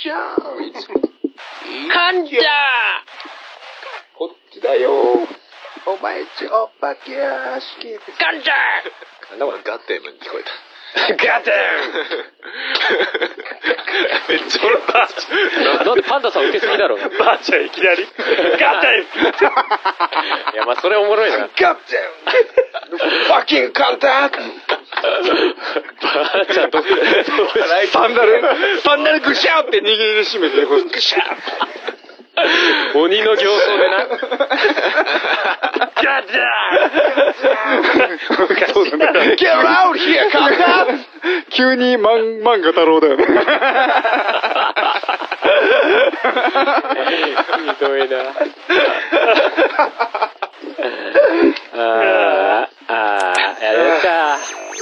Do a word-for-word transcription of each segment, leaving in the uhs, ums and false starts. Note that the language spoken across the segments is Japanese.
じゃん。 かんじゃこっちだよ。お前ちお化け屋敷。 かんじゃなんだこれガッテムに聞こえた。 ガテめっちゃ俺バーチンなんでパンダさん受けすぎだろ。 バーチャいきなりガッテムいやまあそれおもろいな。 ガッテムファッキングカンターばあちゃんとサンダルサンダルグシャーって握りしめてグシャー鬼の形相でな。 ガッテムGet out here, カンター急にマンマンガ太郎だよね。 ひどいな。あーあーやるか。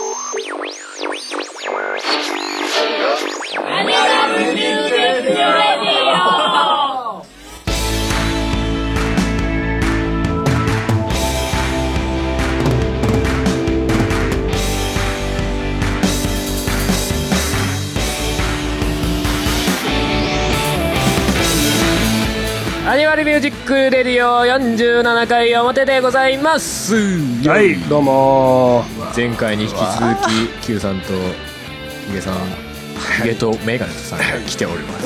アニマルミュージックレディオよんじゅうななかい表でございます。 はい、どうも前回に引き続き Q さんとヒゲさん、ヒゲとメガネさんが来ております。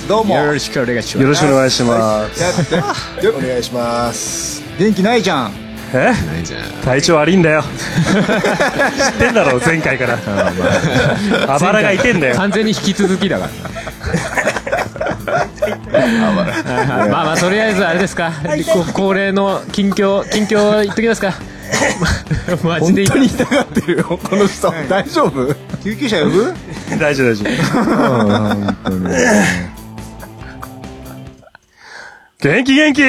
どうもどうもよろしくお願いします。 よろしくお願いします。 お願いします。元気ないじゃん。 え？体調悪いんだよ。知ってんだろ前回から。あばらがいてんだよ。 完全に引き続きだから。まあまあとりあえずあれですか、恒例の近況近況言っときますか。マジで本当に痛がってるよこの人。大丈夫？救急車呼ぶ？ 大丈夫大丈夫。本当に元気元気。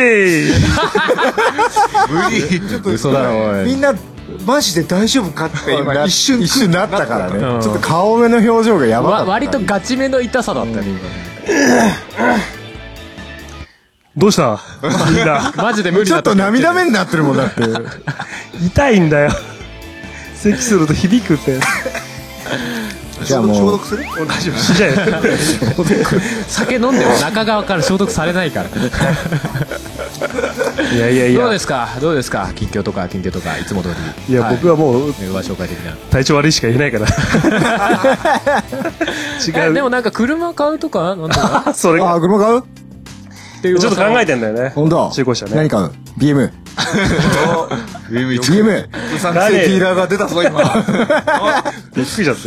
無理。ちょっと嘘だろおい。 みんなマジで大丈夫かって今一瞬一瞬なったからね。 うんちょっと顔目の表情がやばかった。 割とガチめの痛さだったよね。 どうしたみんな。 マジで無理だった。 ちょっと涙目になってるもんだって。 痛いんだよ。咳すると響くって。 じゃあもう消毒する？ 大丈夫。死んじゃえ。 酒飲んでも中側から消毒されないから。 いやいやいや。 どうですかどうですか近況とか近況とかいつも通り。 いや、はい、僕はもうメンバー紹介的な体調悪いしか言えないから。違う。 でもなんか車買うとかなんだ。 それ。 あ、車買う？ ちょっと考えてんだよね。 本当。 中古車ね。 何買う？ ビーエム。ビーエム。ビーエム。 さん世ディーラーが出たぞ今。 びっくりしちゃって。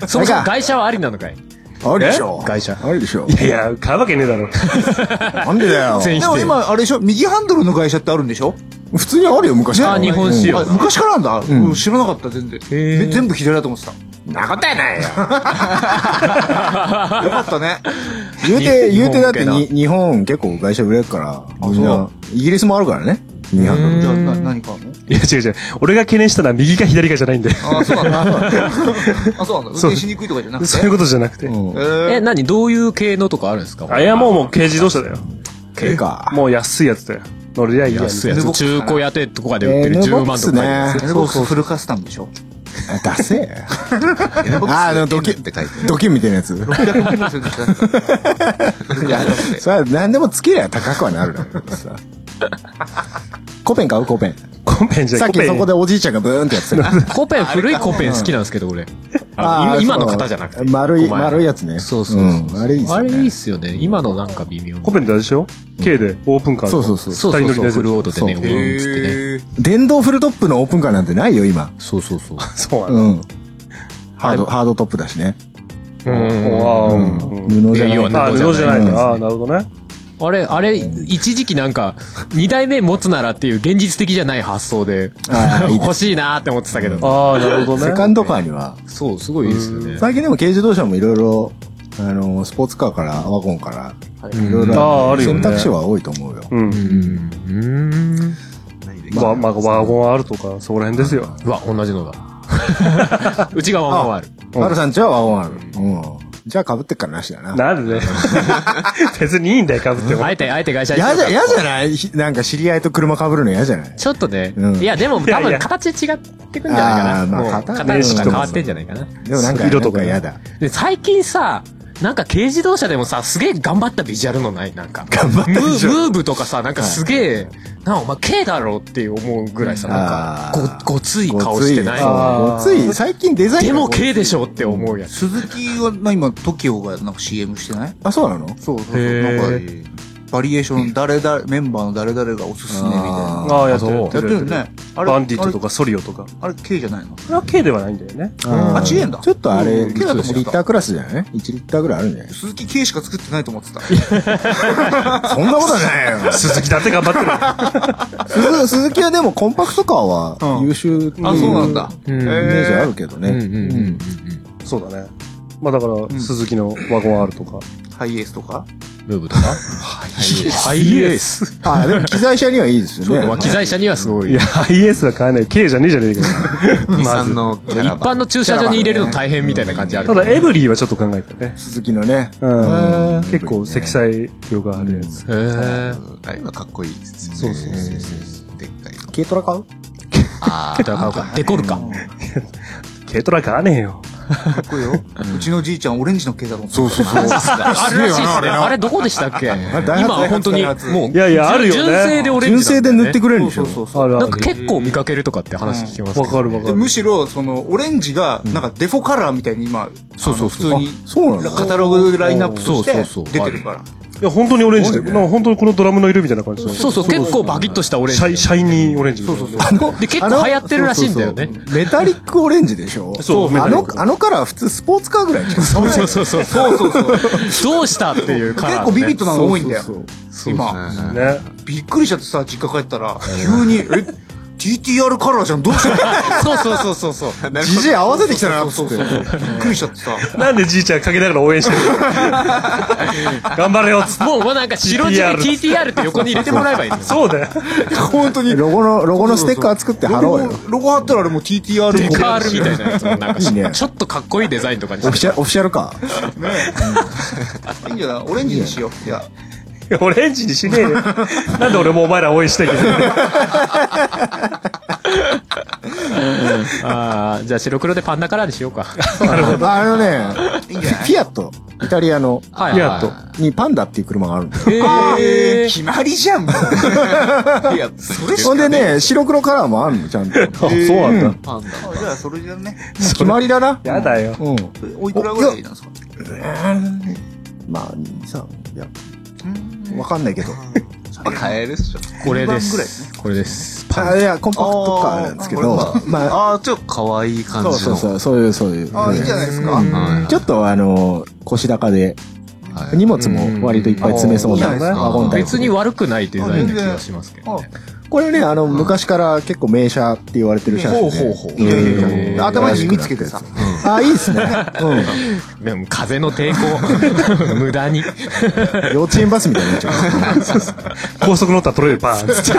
そもそも外車はありなのかい？ ありでしょ。 外車ありでしょ。 いやいや、買うわけねえだろ。 なんでだよ。 でも今あれでしょ、右ハンドルの外車ってあるんでしょ？普通にあるよ昔から。 あ、日本仕様。 昔からなんだ。うん、知らなかった全然。全部左だと思ってた。なことやないよ。よかったね。言うて言うてだってに日本結構外車売れるからみんなイギリスもあるからね。右ハンドル。じゃあ何買うの？ いや違う違う。俺が懸念したのは右か左かじゃないんで。 あ、そうなんだ。あ、そうなんだ。運転しにくいとかじゃなくて。 そういうことじゃなくて。 え、何どういう系のとかあるんですか？ あ、いやもうもう軽自動車だよ。 軽か。 もう安いやつだよ。乗りゃいいやつ。 中古屋でとかで売ってるじゅうまんとか。 Nボックスフルカスタムでしょ。ダセえ。ああ、ドキュンって書いてドキュンみたいなやつ。いや、それは何でもつけりゃ高くはなるだろうさ。コペン買う？コペン。 コペンじゃさっきそこでおじいちゃんがブーンってやってた。 コペン、古いコペン好きなんですけど俺。今の型じゃなくて。 丸い、丸いやつね。 そうそう。 あれいいっすよね。 あれいいっすよね。今のなんか微妙。 コペンってあれでしょ？ K でオープンカー。 そうそうそう。 そうそうそう。フルオートでね、オープンってね。 電動フルトップのオープンカーなんてないよ、今。 そうそうそう。 そうなんだ。 ハード、ハードトップだしね。 うん。 布じゃない。 あ、布じゃないんだ。ああ、なるほどね。 あれ、あれ、一時期なんか、二代目持つならっていう現実的じゃない発想で、欲しいなーって思ってたけど。 ああ、なるほどね。 セカンドカーには。 そう、すごいいいですよね。 最近でも軽自動車もいろいろ、あの、スポーツカーからワゴンから、いろいろ選択肢は多いと思うよ。 うん。うん。まあ、まあ、ワゴンあるとか、そこら辺ですよ。 うわ、同じのだ。うちがワゴンある。 マルさんちはワゴンある。うん。じゃあ被ってっからなしだな。 なんで別にいいんだよ、被っても。 あえて、あえて会社に。 嫌じゃ、嫌じゃないなんか知り合いと車被るの嫌じゃないちょっとね。いや、でも多分形違ってくんじゃないかな。 まあ、 形とか変わってんじゃないかな。 でもなんか、色とか嫌だ。 で、最近さ、 なんか軽自動車でもさ、すげえ頑張ったビジュアルのないなんか。 頑張ったムームーブとかさ、なんかすげえ、なお前軽だろって思うぐらいさ、なんか、ご、ごつい顔してない。 ごつい、最近デザイン。 でも軽でしょって思うやつ。 鈴木は今、トキオがなんか シーエム してない？ あ、そうなの？ そうそうそう。なんか、バリエーション、誰だ、メンバーの誰々がおすすめみたいな。 ああ、やってる。やってるよね。 あれバンディットとかソリオとか。 あれ、K じゃないの？ あれは K ではないんだよね。 あ、違えんだ。 ちょっとあれ、リ K だと思ってた。 ッタークラスじゃない ?いち リッターぐらいあるんじゃない？ 鈴木 K しか作ってないと思ってた。 そんなことないよ。 鈴木だって頑張ってる。 鈴鈴木はでもコンパクトカーは優秀っていうあ、そうなんだ。 イメージあるけどね。 そうだね。まあだから、鈴木のワゴン R とか。 ハイエースとかムーブとかハイエース。 あ、でも機材車にはいいですよね。 機材車にはすごい。 いや、ハイエースは買えない。K じゃねえじゃねえかよ。 日産の一般の駐車場に入れるの大変みたいな感じある。 ただ、エブリーはちょっと考えたね。 鈴木のね。 うん。結構積載量があるやつ。 へぇあれはかっこいいですよね。 そうそうそう。 でっかいの。 軽トラ買う？ あ軽トラ買うか。デコルか。 軽トラ買わねえよ。 かっこいいよ。うちのじいちゃんオレンジの軽だろ。 そうそうそう。 あれらしいですね。あれどこでしたっけ？今本当にもういやいやあるよね。 純正でオレンジ。 純正で塗ってくれるんでしょ。 そうそうそう。 なんか結構見かけるとかって話聞きます。 わかるわかる。 むしろそのオレンジがなんかデフォカラーみたいに今そうそう普通にそうなの？ カタログラインナップとして出てるから。 いや本当にオレンジで、なんか本当にこのドラムの色みたいな感じ。 そうそう、結構バキッとしたオレンジ。 シャイシャイニーオレンジ。 そうそうそう。 あので結構流行ってるらしいんだよね。 メタリックオレンジでしょ。 そう。 あのあのカラー普通スポーツカーぐらいしか。 そうそうそうそう。そうそうそう。どうしたっていうカラー。 結構ビビッドなの多いんだよ。 今ね。 びっくりしちゃってさ実家帰ったら急にえ。ティーティーアール カラーじゃんどうしたの？そうそうそうそうそう。 ジジイ合わせてきたな。 そうそうそう。びっくりしちゃってさ。 なんでじいちゃんかけながら応援してるの？頑張れよっつって。 もうもうなんか白地で ティーティーアール って横に入れてもらえばいいんだよ。 そうだよ。 本当にロゴのロゴのステッカー作って貼ろうよ。 ロゴ貼ったらあれも ティーティーアールデカールみたいなやつもなんかいいね。 ちょっとかっこいいデザインとかにして。 オフィシャルオフィシャルか。 ねえ。いいんじゃない？オレンジにしよう。いや。 オレンジにしねえよ。なんで俺もお前ら応援したいけど。 ああ、じゃあ白黒でパンダカラーにしようか。 なるほど。あのね、フィアット、イタリアのフィアットにパンダっていう車があるんだよ。 えー、決まりじゃん。もういや、それしかほんでね、白黒カラーもあるの、ちゃんと。 そうなんだ。 パンダ。じゃあそれじゃね。 決まりだな。 やだよ。 うん。 おいくらぐらいなんですか？ まあ、さ、いや、わかんないけど。 買えるっしょ。 これです。これです。 あ、いや、コンパクトカーなんですけど、まあ、 ああ、ちょっと可愛い感じの。 そうそうそう、そういう、そういう。 ああ、いいじゃないですか。 ちょっとあの、腰高で、荷物も割といっぱい詰めそうなワゴンタイプ。 別に悪くないデザインな気がしますけどね。 これね、あの、昔から結構名車って言われてる車種で。ほうほうほう。 頭に耳つけてさ。 あ、いいですね。 うん。でも風の抵抗。無駄に。 幼稚園バスみたいになっちゃう。 高速乗ったら取れるパーンつって。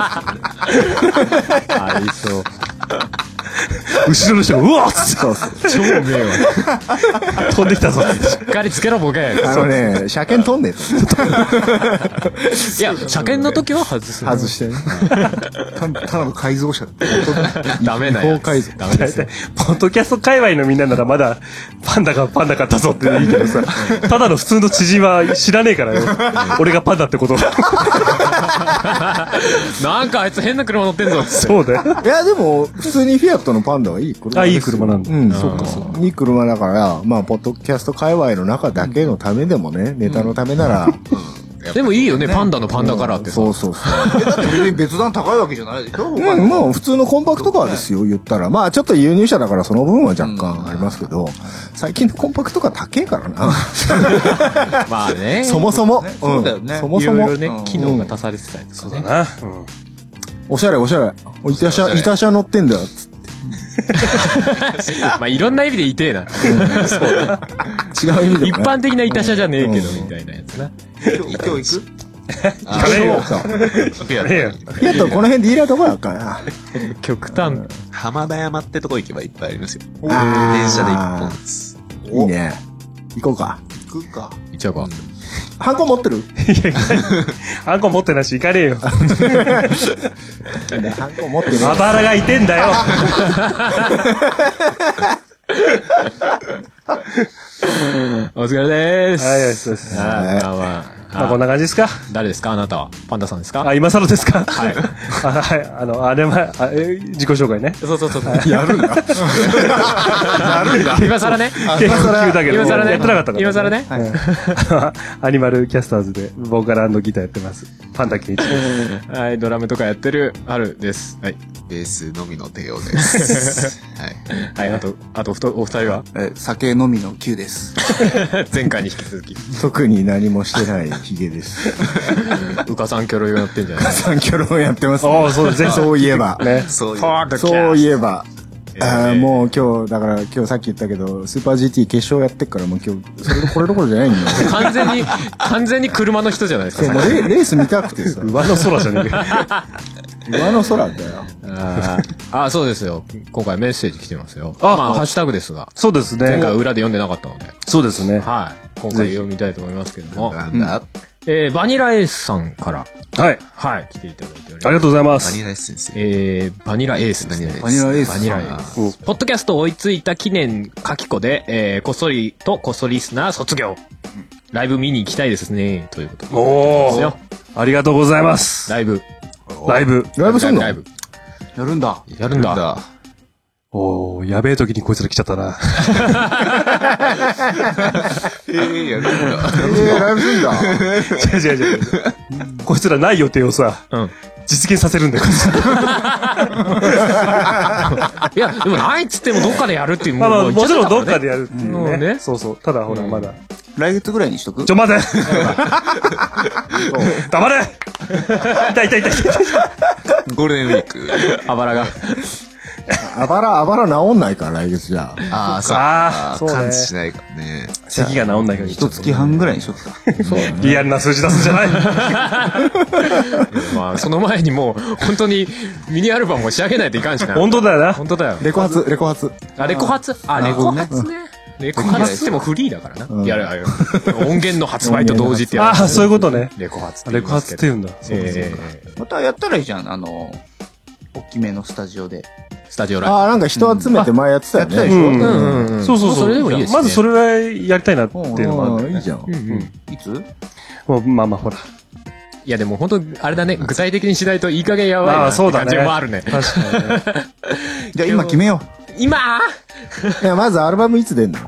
ありそう。 後ろの人がうわっつって。 超迷惑。 飛んできたぞ。 しっかりつけろボケ。 あのね、車検飛んでる。 いや、車検の時は外す。 外してね。 ただの改造車。 ダメなやつ。 改造。 ダメですね。 ポッドキャスト界隈のみんなならまだパンダがパンダ買ったぞっていいけどさ、ただの普通の知人は知らねえからよ。俺がパンダってこと。 なんかあいつ変な車乗ってんぞって。 そうだよ。 いや、でも、普通にフィアットのパンダはいい車。 あ、いい車なんだ。 うん、そうかそう。いい車だから、まあ、ポッドキャスト界隈の中だけのためでもね、ネタのためなら。 でもいいよね、パンダのパンダカラーってさ。 そうそうそう。 だって別に別段高いわけじゃないでしょ？ うん、もう普通のコンパクトカーですよ、言ったら。まあ、ちょっと輸入車だからその分は若干ありますけど、最近のコンパクトカー高えからな。 まあね。 そもそも。 そうだよね。 そもそも。 いろいろね、機能が足されてたりとかね。 そうだな。 おしゃれおしゃれ。いたしゃ、いたしゃ乗ってんだよ。 まあいろんな意味で痛えな。 違う意味で。 一般的な痛車じゃねえけどみたいなやつな。 今日行く？ 行かねえよ。 フィアット。 フィアットこの辺ディーラーどこだっかな。 極端。 浜田山ってとこ行けばいっぱいありますよ。電あー車で一本です。 いいね。行こうか。 行くか。 いっちゃうか。 ハンコ持ってる？ いや、ハンコ持ってないし行かねえよ。 ハンコ持ってね。 あばらがいてんだよ。 お疲れでーす。 はい、そうです。 あーまあまあ。 まあこんな感じですか。 誰ですかあなたは。パンダさんですか。 あ、今更ですか。 はい。 あ、はい。あの、あれま、あえ自己紹介ね。 そうそうそう。 やるんだ。 やるんだ。今更ね。 結構急だけど。 今更ね。 やってなかったから。 今更ね。 アニマルキャスターズでボーカル&ギターやってます。パンダケンイチです。 はい、ドラムとかやってるあるです。はい。 ベースのみの帝王です。 はい。はい、あと、あと、お二人はえ、酒飲みの Q です。 前回に引き続き。 特に何もしてないヒゲです。 うかさんキョロやってんじゃないサンキョロやってますね。 ああ、そうです。 そういえば。 ね。 そういう。 そういえば。あーもう今日、だから今日さっき言ったけど、スーパー ジーティー 決勝やってっからもう今日、それこれどころじゃないんだよ。 完全に、完全に車の人じゃないですか。 もうレレース見たくてさ。 上の空じゃねえか。 上の空だよ。 ああ、そうですよ。今回メッセージ来てますよ。 あまあ、ハッシュタグですが。 そうですね。 前回裏で読んでなかったので。 そうですね。 はい。今回読みたいと思いますけども。 なんだ、 えー、バニラエースさんから。 はい。 はい。来ていただいております。 ありがとうございます。 バニラエッセンス。 えー、バニラエースですね。 バニラエース。 バニラエース。ポッドキャスト追いついた記念書き子で、えー、こっそりとこっそリスナー卒業。ライブ見に行きたいですね。ということで。 おー。ありがとうございます。 ライブ。 ライブ。 ライブすんの？ ライブ。 やるんだ。 やるんだ。 おー、やべえ時にこいつら来ちゃったな。 えー、やるんだ。 えー、ライブすんだ。 違う違う違う。こいつらない予定をさ、うん、実現させるんだよ。 いや、でもないっつってもどっかでやるっていう。 まあまあ、もちろんどっかでやるっていうね。 うんねそうそう。ただほら、まだ。 来月ぐらいにしとく？ ちょ、待て黙れ痛い痛い痛い。 ゴールデンウィーク。 あばらが。 あばら、あばら治んないから、来月じゃあ。ああ、そう。ああ、完治しないからね。 咳が治んないから。 一月半ぐらいにしとくか。 そうね。 リアルな数字出すんじゃない。 まあ、その前にもう、本当にミニアルバムを仕上げないといかんしな。 本当だよな。 本当だよ。 レコ発、レコ発。 あ、レコ発あ、レコ発ね。レコ発ってもフリーだからな。やる、ある。音源の発売と同時ってやる。 ああ、そういうことね。 レコ発。 レコ発って言うんだ。 またやったらいいじゃん、あの、大きめのスタジオで。 スタジオライブ。 ああ、なんか人集めて前やってたよね。 うんうんうん。そうそうそう。 それでもいいですね。 まずそれはやりたいなっていうのもある。 いいじゃん。 いつ？ もう、まあまあ、ほら。 いやでも本当あれだね、具体的にしないといい加減やばいなって感じもあるね。 確かにね。 じゃあ今決めよう。 今いや、まずアルバムいつ出んの？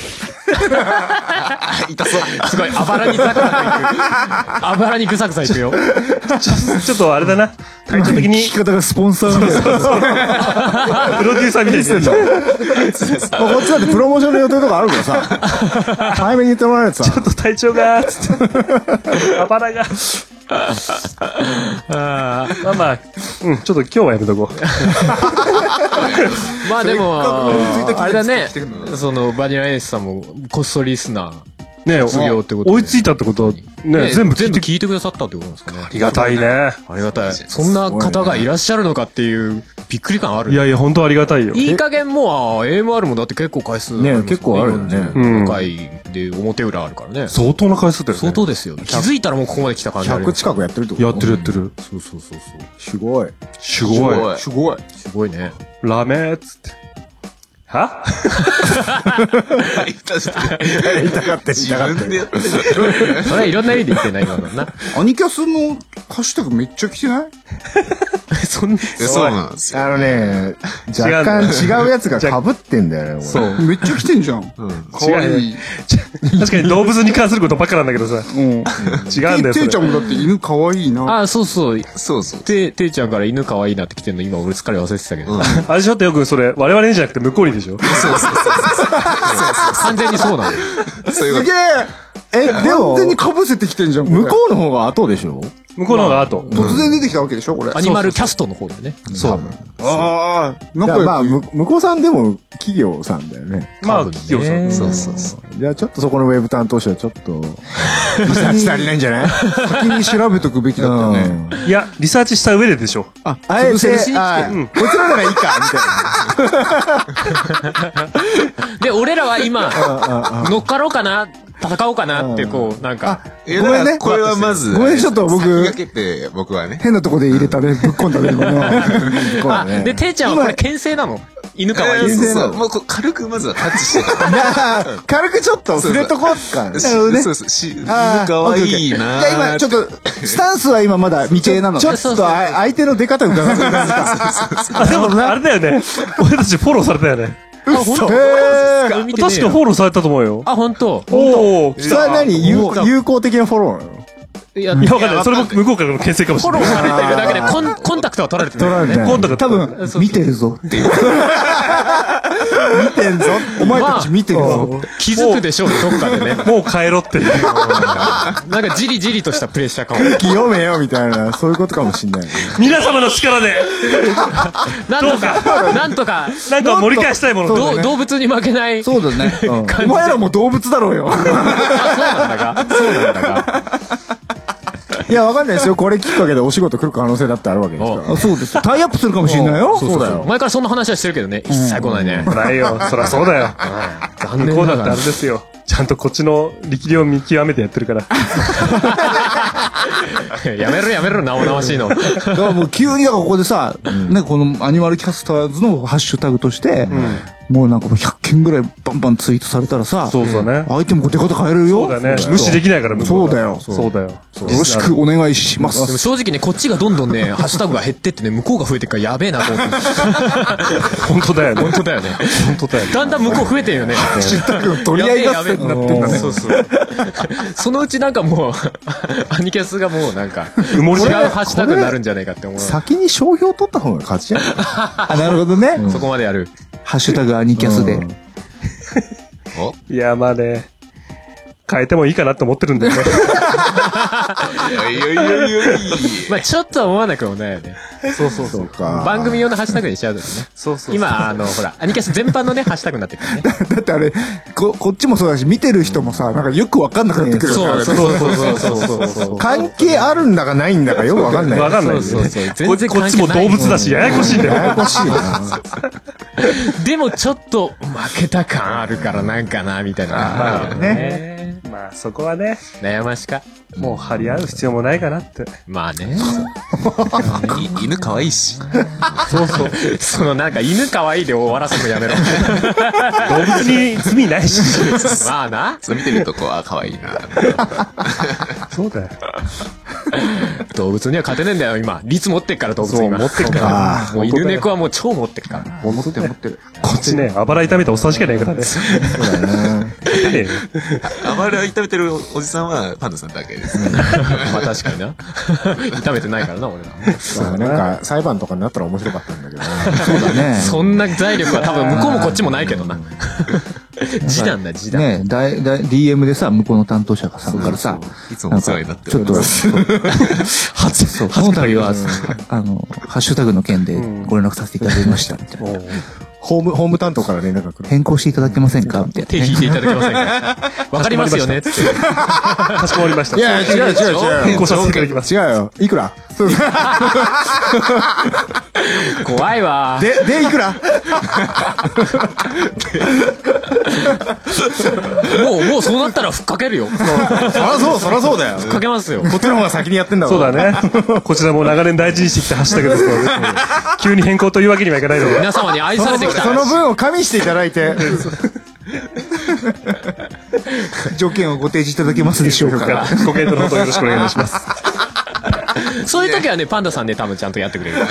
痛そう。 すごい、あばらにザクザクいく。あばらにぐさぐさいくよ。 ちょっとあれだな。体調的に。 聞き方がスポンサーみたいな。 プロデューサーみたいにしてんだ。 こっちだってプロモーションの予定とかあるからさ。早めに言ってもらえるとさ。 ちょっと体調が、つって。あばらが。まあまあ、うん、ちょっと今日はやめとこう。 まあでも、あれだね、その、バニラエースさんも、こっそりリスナー。 ねえ、追いついたってことは、ね、全部全部聞いてくださったってことなんですかね。 ありがたいね。 ありがたい。そんな方がいらっしゃるのかっていう、びっくり感ある。 いやいや、本当ありがたいよ。 いい加減もう、エーエムアール もだって結構回数。 ね、結構あるよね。 うん。回で表裏あるからね。 相当な回数だよね。 相当ですよ。気づいたらもうここまで来た感じ。 ひゃく近くやってるってこと？ やってるやってる。 そうそうそうそう。 すごい。 すごい。 すごい。 すごいね。 ラメーっつって。は痛かった。 自分でやってる。 それはいろんな意味で言ってないからな。 アニキャスのハッシュタグめっちゃ来てない？ そんな。 そうなんですよ。 あのね、若干違うやつが被ってんだよね。 そう。めっちゃ来てんじゃん。かわいい。 確かに動物に関することばっかなんだけどさ。 うん。違うんだよ。 ていちゃんもだって犬かわいいな。 あ、そうそう。 そうそう。 て、ていちゃんから犬かわいいなって来てんの今俺すっかり忘れてたけど。 あれでしょってよくそれ、我々にじゃなくて向こうにでしょ？ そうそうそう。 完全にそうなの。 すげえ。 え、でも、 完全に被せてきてんじゃん。 向こうの方が後でしょ？ 向こうの方が後。 突然出てきたわけでしょこれ。 アニマルキャストの方だよね。 そう。 ああ、なんかまあ、向こうさんでも企業さんだよね。 まあ、企業さん。 そうそうそう。 じゃあちょっとそこのウェブ担当者はちょっと、リサーチ足りないんじゃない？ 先に調べとくべきだったよね。 いや、リサーチした上ででしょ。 あ、あえて、あ、こいつらならいいか、みたいな。 で、俺らは今、乗っかろうかな、戦おうかなって、こう、なんか。 ごめんね。これはまず。 ごめん、ちょっと僕。 先駆けて、僕はね。 変なとこで入れたね、ぶっこんだね、今ね。 あ、で、ていちゃんはこれ牽制なの？ 犬かわいい。 そうそう。もう軽くまずはタッチしてから。 軽くちょっと触れとこうか。なるほどね。 そうそう。犬かわいいな。 じゃあ今ちょっと、スタンスは今まだ未定なの。ちょっと相手の出方伺ってください。 あ、でもあれだよね。俺たちフォローされたよね。 あ、本当？ 確かフォローされたと思うよ。 あ、本当。 おお。 それは何有効的なフォローなの？ いや、 いや、わかんない。それも向こうからの牽制かもしれない。 フォローされてるだけでコン、コンタクトは取られてる。 取られてる。 コンタクト。 多分、見てるぞっていう。見てんぞ。お前たち見てるぞ。 気づくでしょう、どっかでね。 もう帰ろって。 なんかじりじりとしたプレッシャーかも。 空気読めよみたいな、そういうことかもしんない。 皆様の力で。 なんとか、なんとか。 なんか盛り返したいもの。 動物に負けない。 そうだね。お前らも動物だろうよ。 そうなんだが。そうなんだが。 いや、わかんないですよ。これきっかけでお仕事来る可能性だってあるわけですから。そうですよ。タイアップするかもしれないよ。 そうだよ。前からそんな話はしてるけどね。一切来ないね。 ないよ。そりゃそうだよ。 残念こうだってあれですよ。ちゃんとこっちの力量を見極めてやってるから。 やめろやめろ、生々しいの。だからもう急にだからここでさ、ね、このアニマルキャスターズのハッシュタグとして、もうなんかひゃっけんぐらいバンバンツイートされたらさ、 そうそうね。 相手も出方変えるよ。 そうだね。無視できないから、向こう。 そうだよ。 そうだよ。 よろしくお願いします。 でも正直ね、こっちがどんどんね、ハッシュタグが減ってってね、向こうが増えてるからやべえなと思って。 本当だよね。 本当だよね。 本当だよね。 だんだん向こう増えてるよね。 ハッシュタグの取り合い合戦になってんだね。 そうそう。そのうちなんかもう、アニキャスがもうなんか、違うハッシュタグになるんじゃないかって思う。 先に商標取った方が勝ちじゃない？あ、なるほどね。 そこまでやる。 ハッシュタグアニキャスで。 いや、まあね、変えてもいいかなって思ってるんだよね。 いやいやいやいやいや。 まあちょっとは思わなくもないよね。 そうそうそうか。 番組用のハッシュタグにしちゃうとね。そうそう。今、あの、ほら、アニキャス全般のね、ハッシュタグになってるからね。 だってあれ、こ、こっちもそうだし、見てる人もさ、なんかよくわかんなくなってくるから。 そうそうそうそうそう。 関係あるんだかないんだかよくわかんない。 わかんないですよ。全然こっちも動物だし、ややこしいんだよ。 ややこしいな。 でもちょっと負けた感あるからなんかな、みたいな。 まあね。まあそこはね。 悩ましか。 もう張り合う必要もないかなって。 まあね。 犬可愛いし。 そうそう。そのなんか犬可愛いで終わらせるのやめろ。 動物に罪ないし。 まあな。 そう見てるとこは可愛いな。 そうだよ。 動物には勝てねえんだよ、今。率持ってっから動物今。 持ってっから。 もう犬猫はもう超持ってっから。 持ってる持ってる。 こっちね、あばら痛めたおっさんしかいないからね。そうだね。 あばら痛めてるおじさんはパンダさんだけです。 まあ確かにな。痛めてないからな、俺ら。 なんか裁判とかになったら面白かったんだけどね。そうだね。 そんな財力は多分向こうもこっちもないけどな。字なんだ、字だ。 ねだい、だい、ディーエム でさ、向こうの担当者がさんからさ、 いつもお世話になってちょっと、初、そう、この度は、あの、ハッシュタグの件でご連絡させていただきました、みたいな。ホーム、ホーム担当から連絡が来る。変更していただけませんかみたいな。 手引いていただけませんかわかりますよねつって。 かしこまりました。 いや、違う違う違う。 変更させていただきます。 違うよ。いくら怖いわ。 で、で、いくらもう、もうそうなったらふっかけるよ。 そらそう、そらそうだよ。 ふっかけますよ。 こっちの方が先にやってんだそうだね。こちらも長年大事にしてきたハッシュタグですからね。急に変更というわけにはいかないので。 皆様に愛されてきた。 その分を加味していただいて。条件をご提示いただけますでしょうか。 ご検討のほどよろしくお願いします。 そういう時はね、パンダさんで多分ちゃんとやってくれる。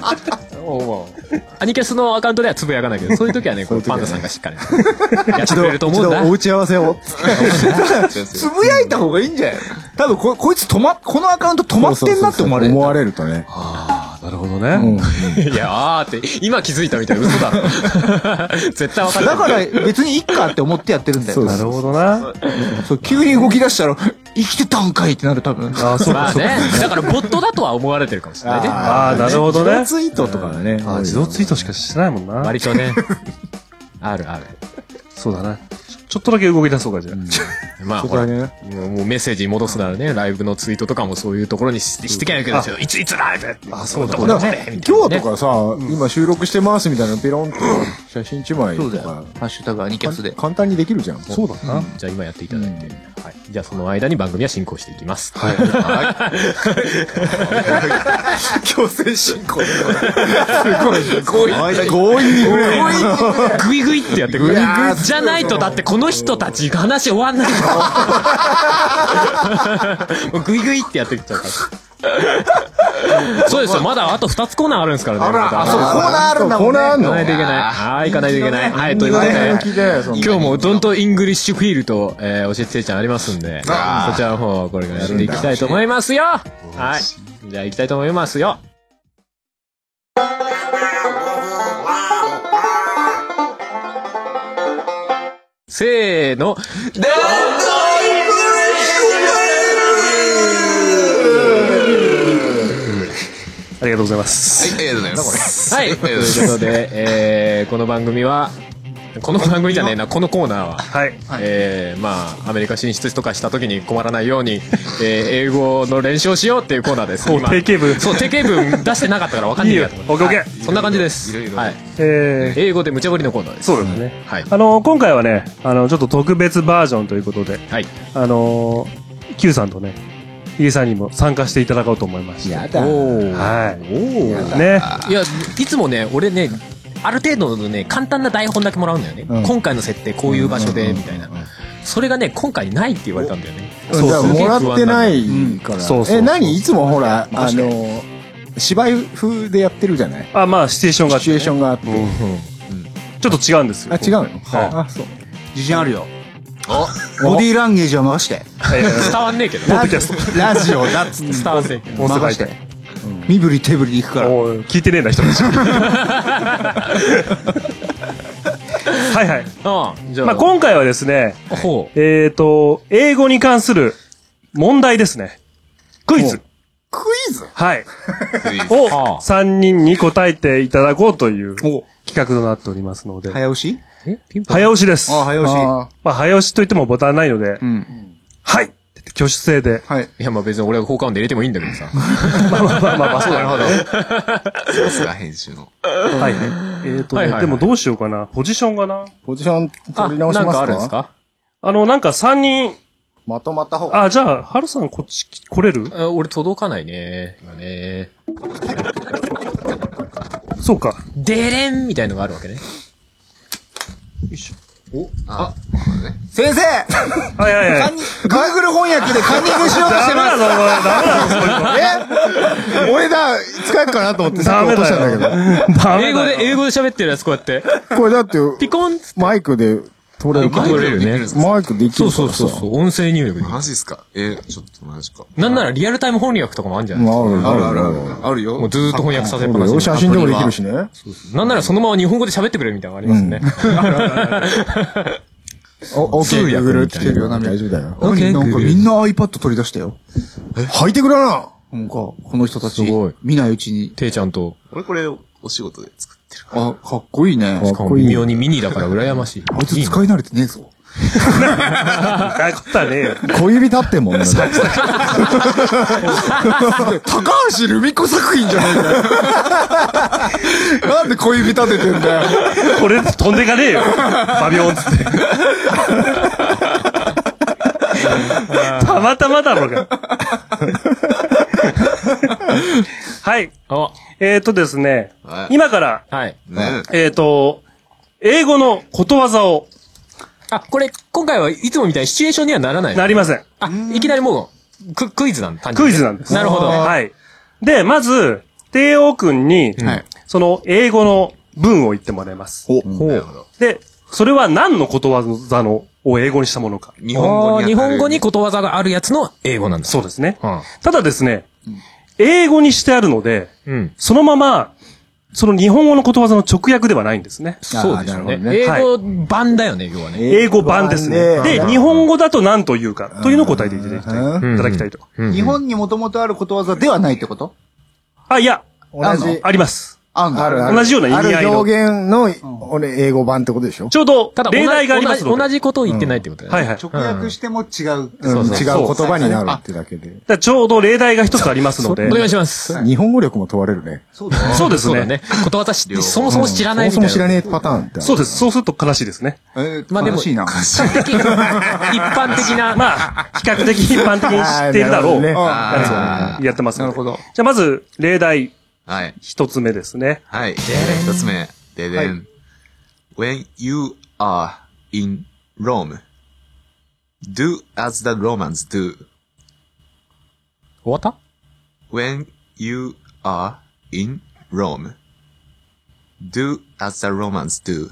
アニキャスのアカウントではつぶやかないけど、そういう時はね、このパンダさんがしっかりやってくれると思うんだ。 一度お打ち合わせを。つぶやいた方がいいんじゃない？多分こ、こいつ止ま、このアカウント止まってんなって思われる。思われるとね。 ああ、なるほどね。 いや、あーって、今気づいたみたいな嘘だろ。絶対わかる。 だから別にいっかって思ってやってるんだよ。 なるほどな。 そう、急に動き出したら、生きてたんかいってなる多分。 ああ、そうまあね。だからボットだとは思われてるかもしれないね。 ああ、なるほどね。 自動ツイートとかだね。 ああ、自動ツイートしかしてないもんな。 割とね。あるある。 そうだな。ちょっとだけ動き出そうか、じゃあ。まあ、ほら、もうメッセージに戻すならね、ライブのツイートとかもそういうところにしてきゃいけないけど、いついつライブあ、そうだ。 今日とかさ、今収録してますみたいなペロンと写真一枚とか。 ハッシュタグアニキャスで。 簡単にできるじゃん。 そうだな。 じゃあ今やっていただいて。はい。 じゃあその間に番組は進行していきます。 はい。 強制進行。すごい。強引にグイグイってやってくる。じゃないとだってこの人たち話終わんないもうグイグイってやってきちゃうから。そうですよ。まだあとふたつコーナーあるんですからね。 あら、あ、そう、コーナーあるんだもんね。 コーナーあるの？ 行かないといけない。はい、行かないといけない。はい、ということで、今日もドントイングリッシュフィールと、えー、教えてせいちゃんありますんで、そちらの方、これからやっていきたいと思いますよ。はい。じゃあ行きたいと思いますよ。せーの。 ありがとうございます。 はい、ありがとうございます。 はい、ということで、えー、この番組は、この番組じゃねえな、このコーナーは、 はい。 えー、まあ、アメリカ進出とかした時に困らないように、えー、英語の練習をしようっていうコーナーです。 そう、定型文。 そう、定型文出してなかったから分かんないやと思オッケーオッケー。そんな感じです。はい。 えー、 英語で無茶ぶりのコーナーです。 そうですね。 はい。 あの、今回はね、あの、ちょっと特別バージョンということで、 はい。 あの、Q さんとね、ヒゲさんにも参加していただこうと思いまして。 やだ。 はい。 おね。 いや、いつもね、俺ね、ある程度のね、簡単な台本だけもらうんだよね。 うん今回の設定こういう場所で、みたいな。それがね、今回ないって言われたんだよね。 そうそう。もらってないから。 そうそう。 え、何いつもほら、あの、芝居風でやってるじゃない？ あ、まあ、シチュエーションがあって。 シチュエーションがあって。 ちょっと違うんですよ。 あ、違うの？ はあ、そう。 自信あるよ。ボディーランゲージは任して。 伝わんねえけど。 ラジラジオだっつって。 伝わんねえけど。 任して。身振り手振りいくから。 おい聞いてねえな、人たち。はいはい。 ああ、じゃあ。 まあ、今回はですね、 ほう。 えっと、英語に関する問題ですね。クイズ。 クイズ？ はい。 はあをさんにんに答えていただこうという企画となっておりますので。 早押し？ えピンポン早押しです。 あ、早押し。 あまあ、早押しといってもボタンないので、 うん。 はいって言って挙手制で。 はい。 いや、まあ別に俺が効果音で入れてもいいんだけどさ。 まあまあまあまあまあ、そうだね。 さすが編集の。 はいはい。えっとね、 はいはいはいでもどうしようかな。ポジションがな。 ポジションあ、 取り直しなんますか？ かあるんですか？ あの、なんかさんにん、 まとまった方が。 あ、じゃあ、ハルさんこっち来れる？ あ俺届かないね。今ね。 そうか。 デレンみたいのがあるわけね。 よいしょ。 あ、 先生はいはいはい。 カンニ Google 翻訳でカンニングしようとしてますダメだぞ、お前。ダメだぞ、そういうの。 え俺だ、使えるかなと思ってさっき落としたんだけど。 ダメだよ英語で、英語で喋ってるやつこうやって。 これだって、 ピコンマイクで取れるから。 取れるね。 マイクできそうるからさ。 そうそうそう。音声入力で。 マジっすか？えー、ちょっとマジか。 なんならリアルタイム翻訳とかもあるんじゃない？ あるあるあるある。あるよ。 もうずーっと翻訳させっぱなしよ。写真でもできるしね。 なんならそのまま日本語で喋ってくれるみたいなのがありますね。 お、オッケー、 通訳 Google みたいな来てるよ。大丈夫だよ。 なんか OK なんかみんな iPad 取り出したよ。 ハイテクだな。 なんか、この人たちすごい、 見ないうちに。 ていちゃんと。 俺これお仕事で作ってる。 あ、かっこいいね。 かっしかもこいい微妙にミニだから羨ましい。 あいつ使い慣れてねえぞ。 あいことはねえよ。 小指立ってんもんね。 高橋留美子作品じゃないかよ。なんで小指立ててんだよ。 これ飛んでかねえよ。バビョンつって。たまたまだろうが。はい。 あ、 えっとですねは、い今から、 はい。 ねえっと、英語のことわざをあ、これ、今回はいつもみたいにシチュエーションにはならない。 なりません。 あ、いきなりもう、ク、クイズなんだ。単純にクイズなんです。 なるほど。 はい。で、まず、帝王くんに、 はいその英語の文を言ってもらいます。 ほなるほど。 で、それは何のことわざのを英語にしたものか。 日本語に。 あー日本語にことわざがあるやつの英語なんだ。 そうですね。 うん。 ただですね、英語にしてあるので、 うん。 そのまま、その日本語のことわざの直訳ではないんですね。 そうですよね。 あーなるほどね英語版だよね、要はね。 英語版ですね。で、日本語だと何と言うか、というのを答えていただきたい。 うんいただきたいと。 うん日本にもともとあることわざではないってこと？ あ、いや、 同じ。 あります。 あんのあるある。 同じような意味合いのある表現の、俺、英語版ってことでしょ？ ちょうどただ、 例題がありますので。 同じことを言ってないってことだよね。 はいはい。 直訳しても違う。 うん、違う言葉になるってだけで。 だからちょうど例題が一つありますので。 お願いします。 日本語力も問われるね。 そうだね。 そうですそうだね。 ね。ことわざ知って、そもそも知らないみたいな。 そもそも知らねえパターンってある。 そうです。そうすると悲しいですね。 えー、 まあでも悲しいな。 比較的、一般的な、 まあ、比較的一般的に知っているだろう。やあつをやってますので。 なるほど。 じゃあまず、例題はい。 一つ目ですね。 はい。一つ目。ででん。When you are in Rome, do as the Romans do. 終わった When you are in Rome, do as the Romans do.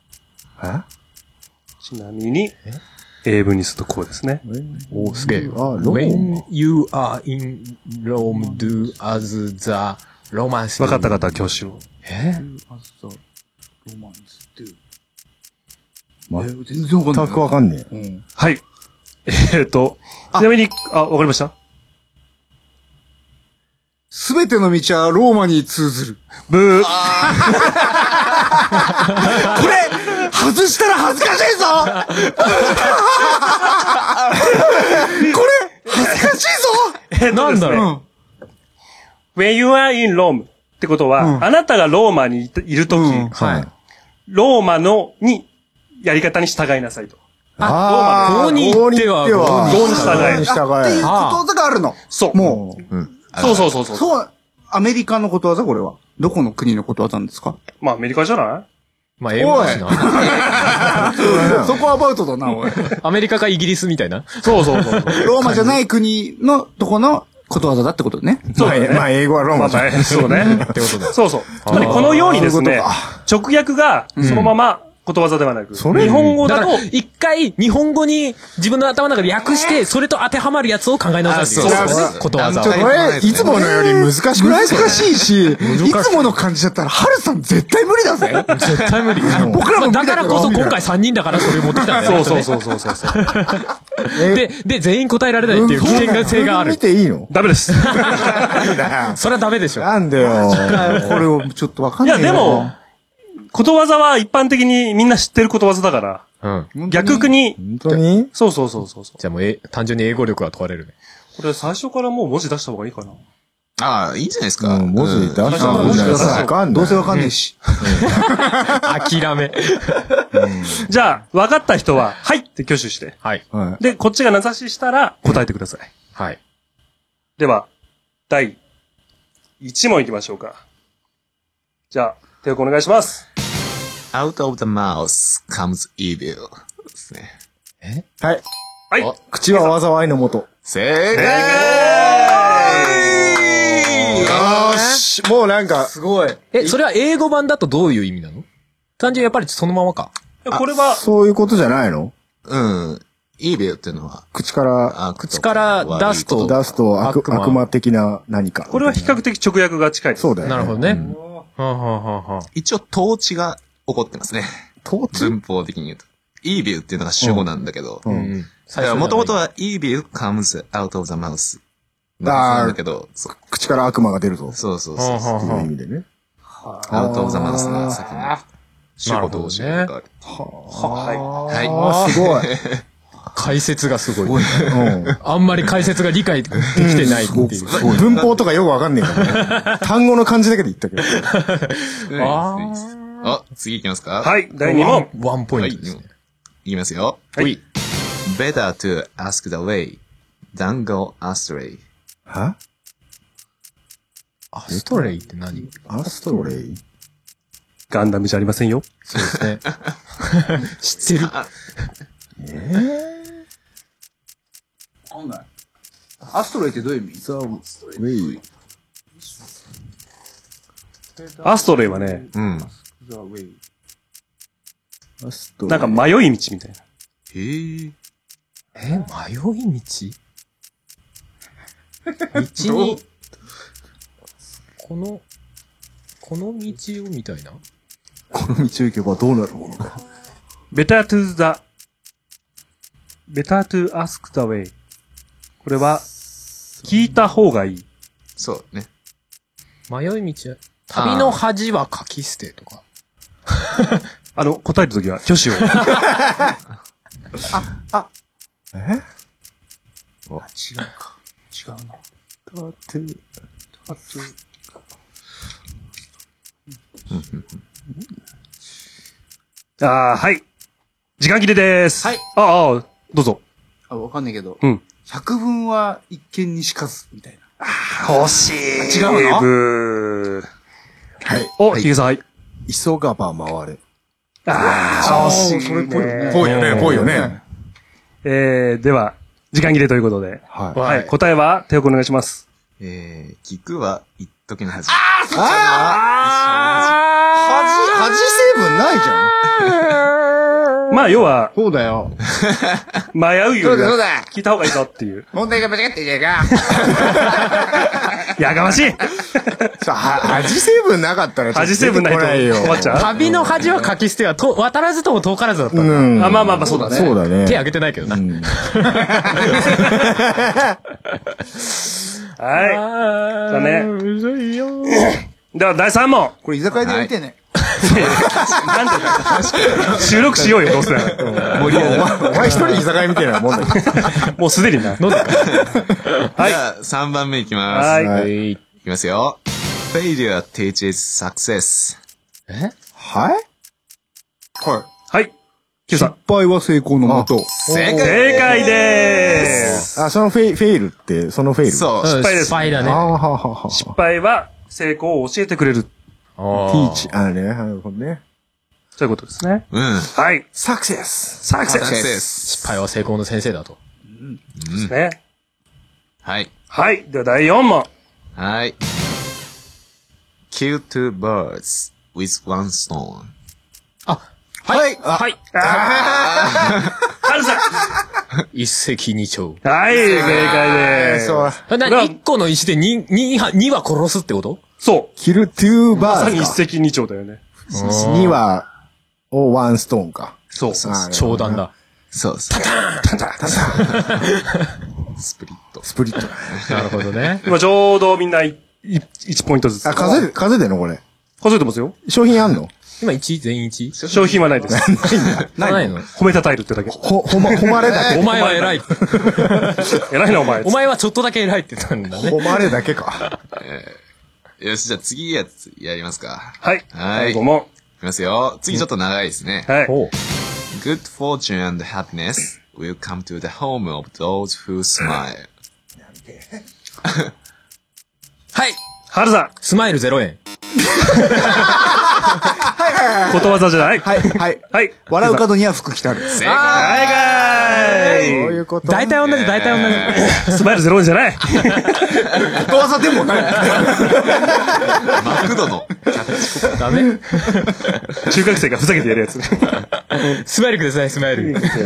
ちなみに、英文にするとこうですね。 おすげえ。 あ、ロー When you are in Rome, do as the Romans. 分かった方は挙手を。 えま全然わかんない。 全くわかんねえ。 はい。えっと、ちなみに、あ、わかりましたすべての道はローマに通ずる。 ブー。 これ、外したら恥ずかしいぞこれ、恥ずかしいぞえっとですね。 なんだろ When you are in Rome ってことは、あなたがローマにいるとき、 はい。 ローマの、に、やり方に従いなさいと。 あここに行っては郷に従えに従っていうえ。 ことわざがあるの。 そう。 もう、 うん。 そうそうそうそう。 そう、アメリカのことわざこれは。どこの国のことわざなんですかまあ、アメリカじゃないまあ、英語だしな。 そこはアバウトだな、おい。 アメリカかイギリスみたいな。 そうそうそう。 ローマじゃない国のとこのことわざだってことね。 まあ、まあ、英語はローまあ、 マじゃん。 まあそうね。 ってことだ。 そうそう。つまりこのようにですね、直訳がそのままことわざではなく、 それ日本語だとだから、、一回、日本語に自分の頭の中で訳して、それと当てはまるやつを考え直さないといけないですよね。ことわざちょっとこれ、いつものより難しくない難しいし、いつもの感じだったら、ハルさん絶対無理だぜ。 絶対無理。 僕らも無理だだけどからこそ今回さんにんだからそれを持ってきたんだよ。 そうそうそうそうそうそう。 で、で、全員答えられないっていう危険性がある見。ていいのダメです。 それはダメでしょ。 なんでよ。 これをちょっとわかんいや、 ないよ。 でも、ことわざは一般的にみんな知ってることわざだから、 うん。 逆に、 本当にそうそうそうそうそう。 じゃあもう、え、単純に英語力が問われるね。 これ最初からもう文字出した方がいいかな。 ああ、いいんじゃないですか。 うん、文字出したうん方がいいんじゃないですか。わかんない。 どうせわかんねえし。 諦め。 じゃあ、分かった人は、はいって挙手して。 はい。 はい。 で、こっちが名指ししたら答えてください。 はい。 では、だいいち問いきましょうか。じゃあ、手をお願いします。 out of the mouth comes evil ですね。 はい。 はい。 口は災いのもと。 正解よーし。もうなんか、すごい。 え、それは英語版だとどういう意味なの？単純にやっぱりそのままか。 これは、 そういうことじゃないの？ うん。evil っていうのは、 口から悪と口から出すと出すと悪悪魔悪魔的な何か。 これは比較的直訳が近いです。 そうだよね。 なるほどね。 うんはあ、はあはあはあ、 一応統治が起こってますね。 統治文法的に言うと。evil っていうのが主語なんだけど。 う。 うんん。 だから元々は evil comes out of the mouth なんだけど、そう口から悪魔が出るぞ。 そうそうはあそう。 はあはあっていう意味でね。 out of the mouth の先に主語同士がある。 ははい。 ああ、すごい。 解説がすごい。 うん。 あんまり解説が理解できてないっていう。 文法とかよくわかんねえからね。単語の漢字だけで言ったけど。 ああ、次行きますかい。はい、だいに問。 あ。ワンポはい。いイントですね。 きますよ。 はい。 better to ask the way than go astray. はアストレイって何？ アストレイガンダムじゃありませんよ。 そうですね。知ってる。 わかんない。アストレイってどういう意味ザ・ウェイ。 アストレイはね、 うん。 アストレイ。 なんか迷い道みたいな。 へえ。 え、迷い道道に、この、この道をみたいな。 この道を行けばどうなるものか。 better to the, better to ask the way. これは、聞いた方がいい。 そうね。 迷い道は、 旅の恥は書き捨てとか。 あの、答えるときは挙手を。 えあ、違うか。違うな。タトゥー。タトゥー。 ああ、はい。時間切れでーす。 はい。 ああ、どうぞ。 あ、わかんないけど。 うん。 百聞は一見にしかず、みたいな。 欲しい。 違うのブー。 はい。 お、ヒゲさん、はい。 急がば回れ。 ああ、惜しい。 それっぽいよね。 ぽいよね、ぽいよね。 えー、では、時間切れということで。 ははい。答えは、手をお願いします。 えー、聞くは一時の恥。 ああ、そっち恥、恥成分ないじゃん。 まあ、要は、 そうだよ。 迷うよりそうだ、そうは、 だ。 聞いた方がいいぞっていう。 問題が間違ってんじゃねえか。 やかましいさあ、恥成分なかったら恥成分ないと困っちゃう。 旅の恥は書き捨ては、と、渡らずとも遠からずだった。 うん。 あ、まあまあまあ、そうだね。 そうだね。 手挙げてないけどな。 はい。だね。 むずいよ。 では、だいさん問。 これ居酒屋でやりてえね。 なんでだ収録しようよ、どうせなら。 お前お前一人居酒屋みたいなもんだよ。 もうすでにな。 飲んだかはいじゃあ、さんばんめいきます。 はいはい。 いきますよ。Failure teaches success. えはいははい。Q さん。 失敗は成功のもと。 正解正解でーす。 あ、そのフェイ、フェイルって、そのフェイル。 そう。 失敗です失敗だね。 ああ、ははは。 失敗は成功を教えてくれる。 ティティーチ、あね、なるほどね。 そういうことですね。 うん。 はい。 サクセス。 サクセスで success. 失敗は成功の先生だと。 すね。 はい。 はい。ではだいよん問。 はい。kill two birds with one stone. はい。あ、 はい。 はるさ一石二鳥。 ん。はい。正解でーす。 そう。 な、一個の石で二、二は、二は殺すってことそう。 キルトゥーまさに一バーズか。 石二鳥だよね。 には、をワンストーンか。 そう。 あ長弾だ。 そうそう。スプリット。 スプリット。 なるほどね。 今ちょうどみんないいいちポイントずつ。 あ、数える、数えてんのこれ。 数えてますよ。 商品あんの今一全員一商品はないです。 ないの褒めたたえるってだけ。 ほ、ほま、誉れだけ。 お前は偉い。 偉いな、お前。 お前はちょっとだけ偉いって言ったんだね。 誉れだけか。 よし、じゃあ次やつ、やりますか。 はい。 はい。い最後も。 きますよ。次ちょっと長いですね。 はい。 おう Good fortune and happiness will come to the home of those who smile. はい。 はるさん。 スマイルゼロ円。 ことわざじゃないはい、はい。 はい。 笑う角には服着たる。 正解はいそういうこと。 大体同じ、大体同じ。 スマイルゼロ円じゃないことわざでもない。 マクドのキャッチコダメ中学生がふざけてやるやつね。 スマイルください、スマイル。なる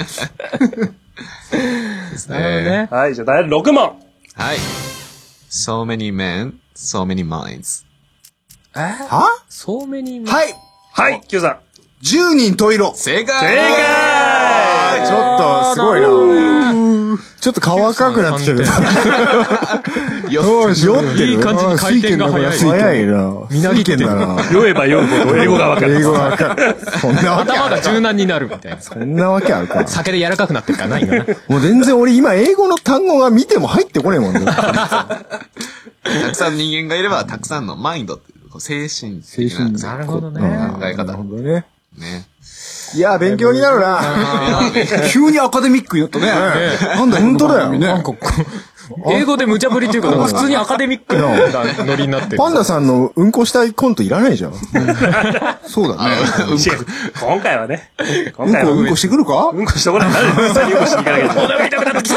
ですほどね。 ね。 はい、じゃあだいろく問。 はい。So many men, so many minds. はそうめに。 はい。 はい、Q さん。 十人十色。 正解正解ちょっと、すごいな。ちょっと顔赤くなってきたけど。 よよし、酔ってる。 いい感じに回転が早い早いな。みなぎってんだな。 酔えば酔うほど英語がわかる。 英語がわかる。そんなわけ頭あるが柔軟になるみたいな。 そんなわけあるか。 酒で柔らかくなってるからないんだな。 もう全然俺今英語の単語が見ても入ってこねえもんね。 たくさん人間がいれば、たくさんのマインドっていう、こう精神的な精なるほどね。 考え方なるほどね。 ね。 いや、勉強になるな。 急にアカデミックになったね。 なんだ、本当だよ。 なんかこう、英語で無茶ぶりっていうか、なんか普通にアカデミックなノリになってる。 パンダさんのうんこしたいコントいらないじゃん。 そうだね。 違う今回はね。今うんこ、 回はうんこしてくるかうんこしてこない。なんで実際にうんこしに行かなきゃいけない。お腹痛くなってきた。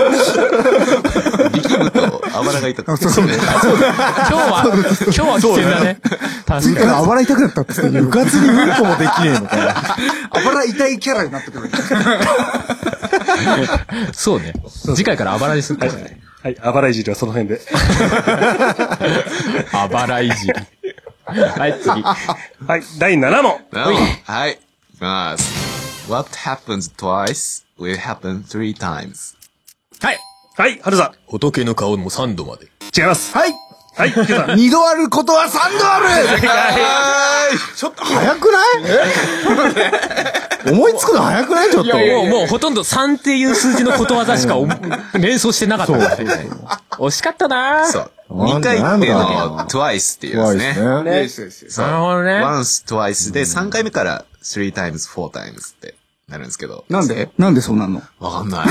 力むと、あばらが痛くなる。 そうね。 今日は、今日は危険だね。 次からあばら痛くなったって言って、うかつにうんこもできねえのかよ。 あばら痛いキャラになってくる。 そうね。次回からあばらにするから。 はい、あばらいじりはその辺で。 あばらいじり。はい、次。 はい、だいなな問。 はい。いきます。What happens twice will happen three times. はい。 はい、はるさん。 仏の顔も三度まで。 違います。 はい。 はい、Qさん。 二度あることは三度あるちょっと早くない思いつくの早くないちょっと。 もう、もうほとんどさんっていう数字のことわざしかお連想してなかった。惜しかったなそう。にかいっていうのを twice っていうやつね。 ね。 そう。 なるほどね。 once, twice でさんかいめから three times, four times ってなるんですけど。 なんでなんでそうなんのわかんない。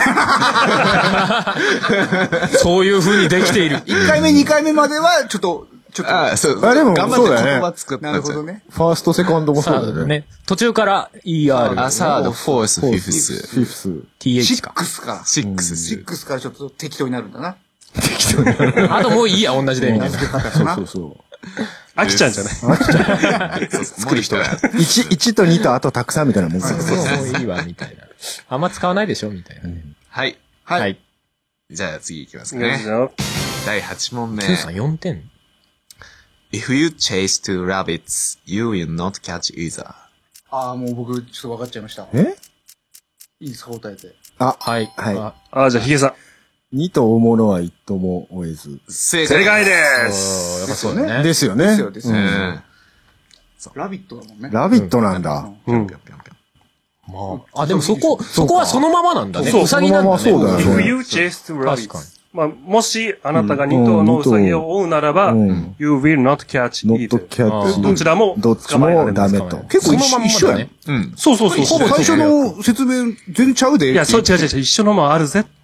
そういう風にできている。 いっかいめ、にかいめまでは、ちょっと、ちょっと。 ああ、そう。 あでも頑張ってそうだよね言葉作ったなるほどね。 ファースト、セカンドもそうだよね。 ね。途中から イーアール。 あ、サード、フォース、フィフス。 フィフス。 ティーエイチシッか。 クスから。 シックス。 シックスからちょっと適当になるんだな。 あともういいや、同じで、みたいな。 そうそうそう。 飽きちゃうんじゃない作る人が。 一、一と二とあとたくさんみたいなもんですよそう、もういいわ、みたいな。あんま使わないでしょみたいな。 はい。 はい。 じゃあ次行きますいいですね。 よ。 だいはち問目。 Q さんよんてん。 If you chase two rabbits, you will not catch either. ああ、もう僕、ちょっと分かっちゃいました。 えいいですか、答えて。 あ、 はい。 はあ、じゃあヒゲさん。 い。二と追うものは一とも追えず。 正正解でい。 す。 やっぱそうだね。 ですよね。 ですよ、ですよ。 うん。 ラビットだもんね。 ラビットなんだ。 うん。 まあ、あ、でもそこ、そこはそのままなんだね。 そううさぎなんだね。 そのままそうだよ If ね you chase two 確かに rabbits. まあ、もし、あなたが二頭のウサギを追うならば、 うん you will not catch ノット either. キャッチ。 どちらもどっちもダメと。 結構そのまんま一緒やんだね。。 うん。 そうそうそう。 ほぼ最初の説明全然ちゃうで。 いや、そう、違う違う違う、一緒のもあるぜ。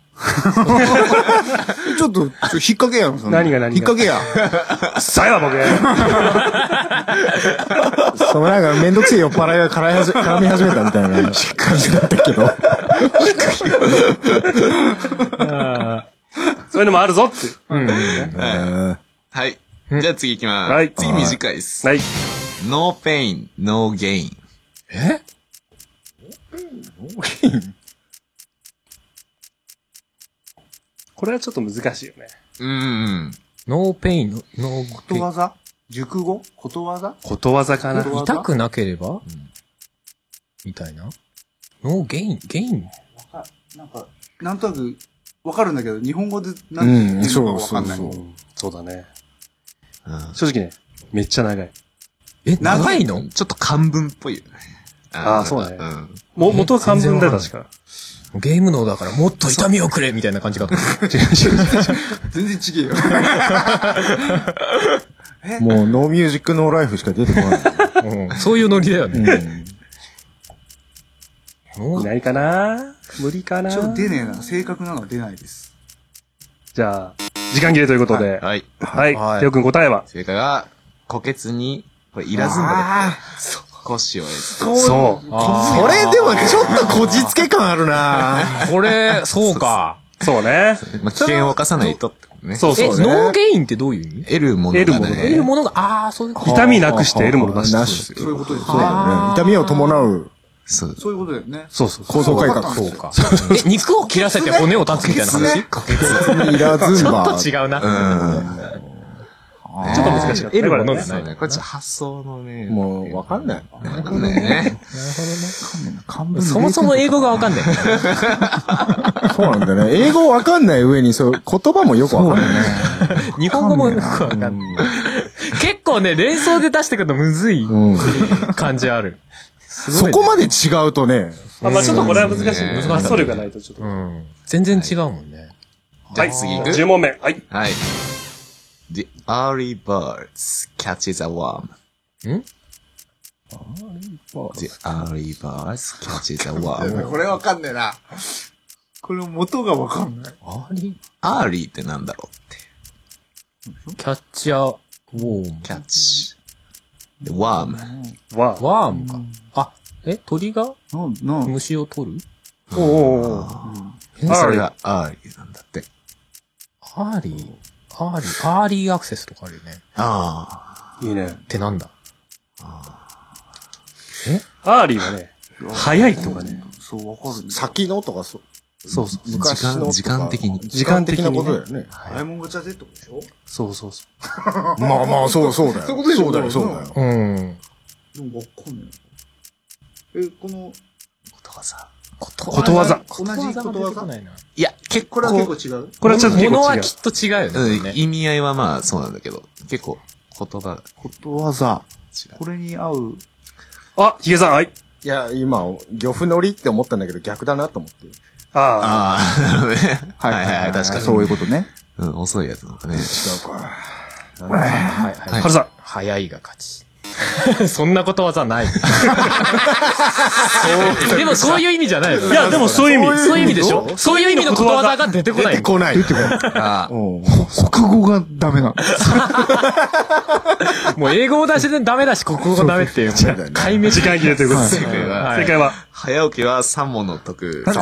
ちょっと、ちょっと引っ掛けやん。その何が何が引っ掛けや。 さや僕。 そのなんかめんどくせえ酔っ払いが絡み始め絡み始めたみたいな感じだったけど。 そういうのもあるぞって。 はい。じゃあ次行きます。 はい次短いです。 はい。 No pain, no gain. えこれはちょっと難しいよね。 うん。 ノーペイン、ノーことわざ熟語ことわざことわざかな。 ことわざ痛くなければみたいな。ノーゲイン、ゲインわかなんか、なんとなく、わかるんだけど、日本語で何て言ってるのかわかんない。 うんそうそうだね。 うん正直ね、めっちゃ長い。 え、長いのちょっと漢文っぽいよね。 あーそうだねん。 も、元は漢文だよ、確か。 ゲーム脳だからもっと痛みをくれみたいな感じかと思った。 全然違えよ。 もうノーミュージックノーライフしか出てこない。 うんそういうノリだようね。 んノーいないかな無理かなちょっと出ねえな。正確なのは出ないです。 じゃあ、時間切れということで。 はい。 はい。 はいテオくん答えは正解は、虎穴に、これ、いらずんぼで、腰を得ず。 そう。 あそれでもちょっとこじつけ感あるなーこれ、そうか。 そうね。 まあ、危険を犯さないとってことね。 え、 そうそう。 ノーゲインってどういう意味得るものが得るものね。 得るものが、ああ、そういうこと。 痛みなくして得るものなし。 なし。 そういうことですそうだよね。痛みを伴うそう。 そういうことだよね。 そうそう。 構造改革。 そうか。え、肉を切らせて骨を断つみたいな話いらずんば。 ちょっと違うな。 うん。 ちょっと難しかった。 得るものがそうね。 ない。 これちょっと発想のね。 もうわかんない。 わかんないね。 漢文そもそも英語がわかんない。 そうなんだよね。英語わかんない上に、そう、言葉もよくわかんない。 日本語もよくわかんない。結構ね、連想で出してくるのむずいうん。 感じある。 そこまで違うとね、 あまあちょっとこれは難しい。 うん発想力がないとちょっと。 うん。全然違うもんね。 はい。 次行くじゅう問目。はい。 はい。The early birds catches a worm. ん The early birds catches a worm. これわかんねえな。これ元がわかんない。 あり early ってなんだろうって。 キャッチャー、ウォーム。 catch. The worm. わあ。 ワームか。あ、え、鳥がな、な、 虫を取るおお。 えそれが early なんだって。 アーリー、アーリー、アーリーアクセスとかあるよね。 あいいね。 ってなんだアーリーはね、早いとかね。 そう、わかるんだ。 先のとかそう。 そうそう。 あ。時昔のとか間、時間的に。 時間的なことだよね。 ダイモンガチャ Z でしょそうそうそまあまあ、そうそうだよ。 そういうことでしょそうだよ、そうだよ。 うん。 でもわかんない。え、この、 ことがさ、 ことわざ。 同じことわざいや、結構。 これは結構違う。 これはちょっと結構違う。 物はきっと違うようん、 ね。 意味合いはまあそうなんだけど、結構言葉がことわざ。 違う。 これに合う。 あ、ヒゲさん、はい。 いや、今、漁夫のりって思ったんだけど逆だなと思って。 あああ、なるほどね。 はいはいはい、確かに。 そういうことね。 うん、遅いやつなんかね。違うか。 はいはいあ。はるさん。 早いが勝ち。そんなことわざない。でもそういう意味じゃないの。 いや、でもそういう意味。 そういう意味でしょ。そういう意味のことわざが出てこない。 出てこない。出てこない。 ああ。 国語がダメな。 もう英語を出してダメだし、国語がダメっていう。解明時間切れということで。正解は。正解は。 早起きは三問の得。 あ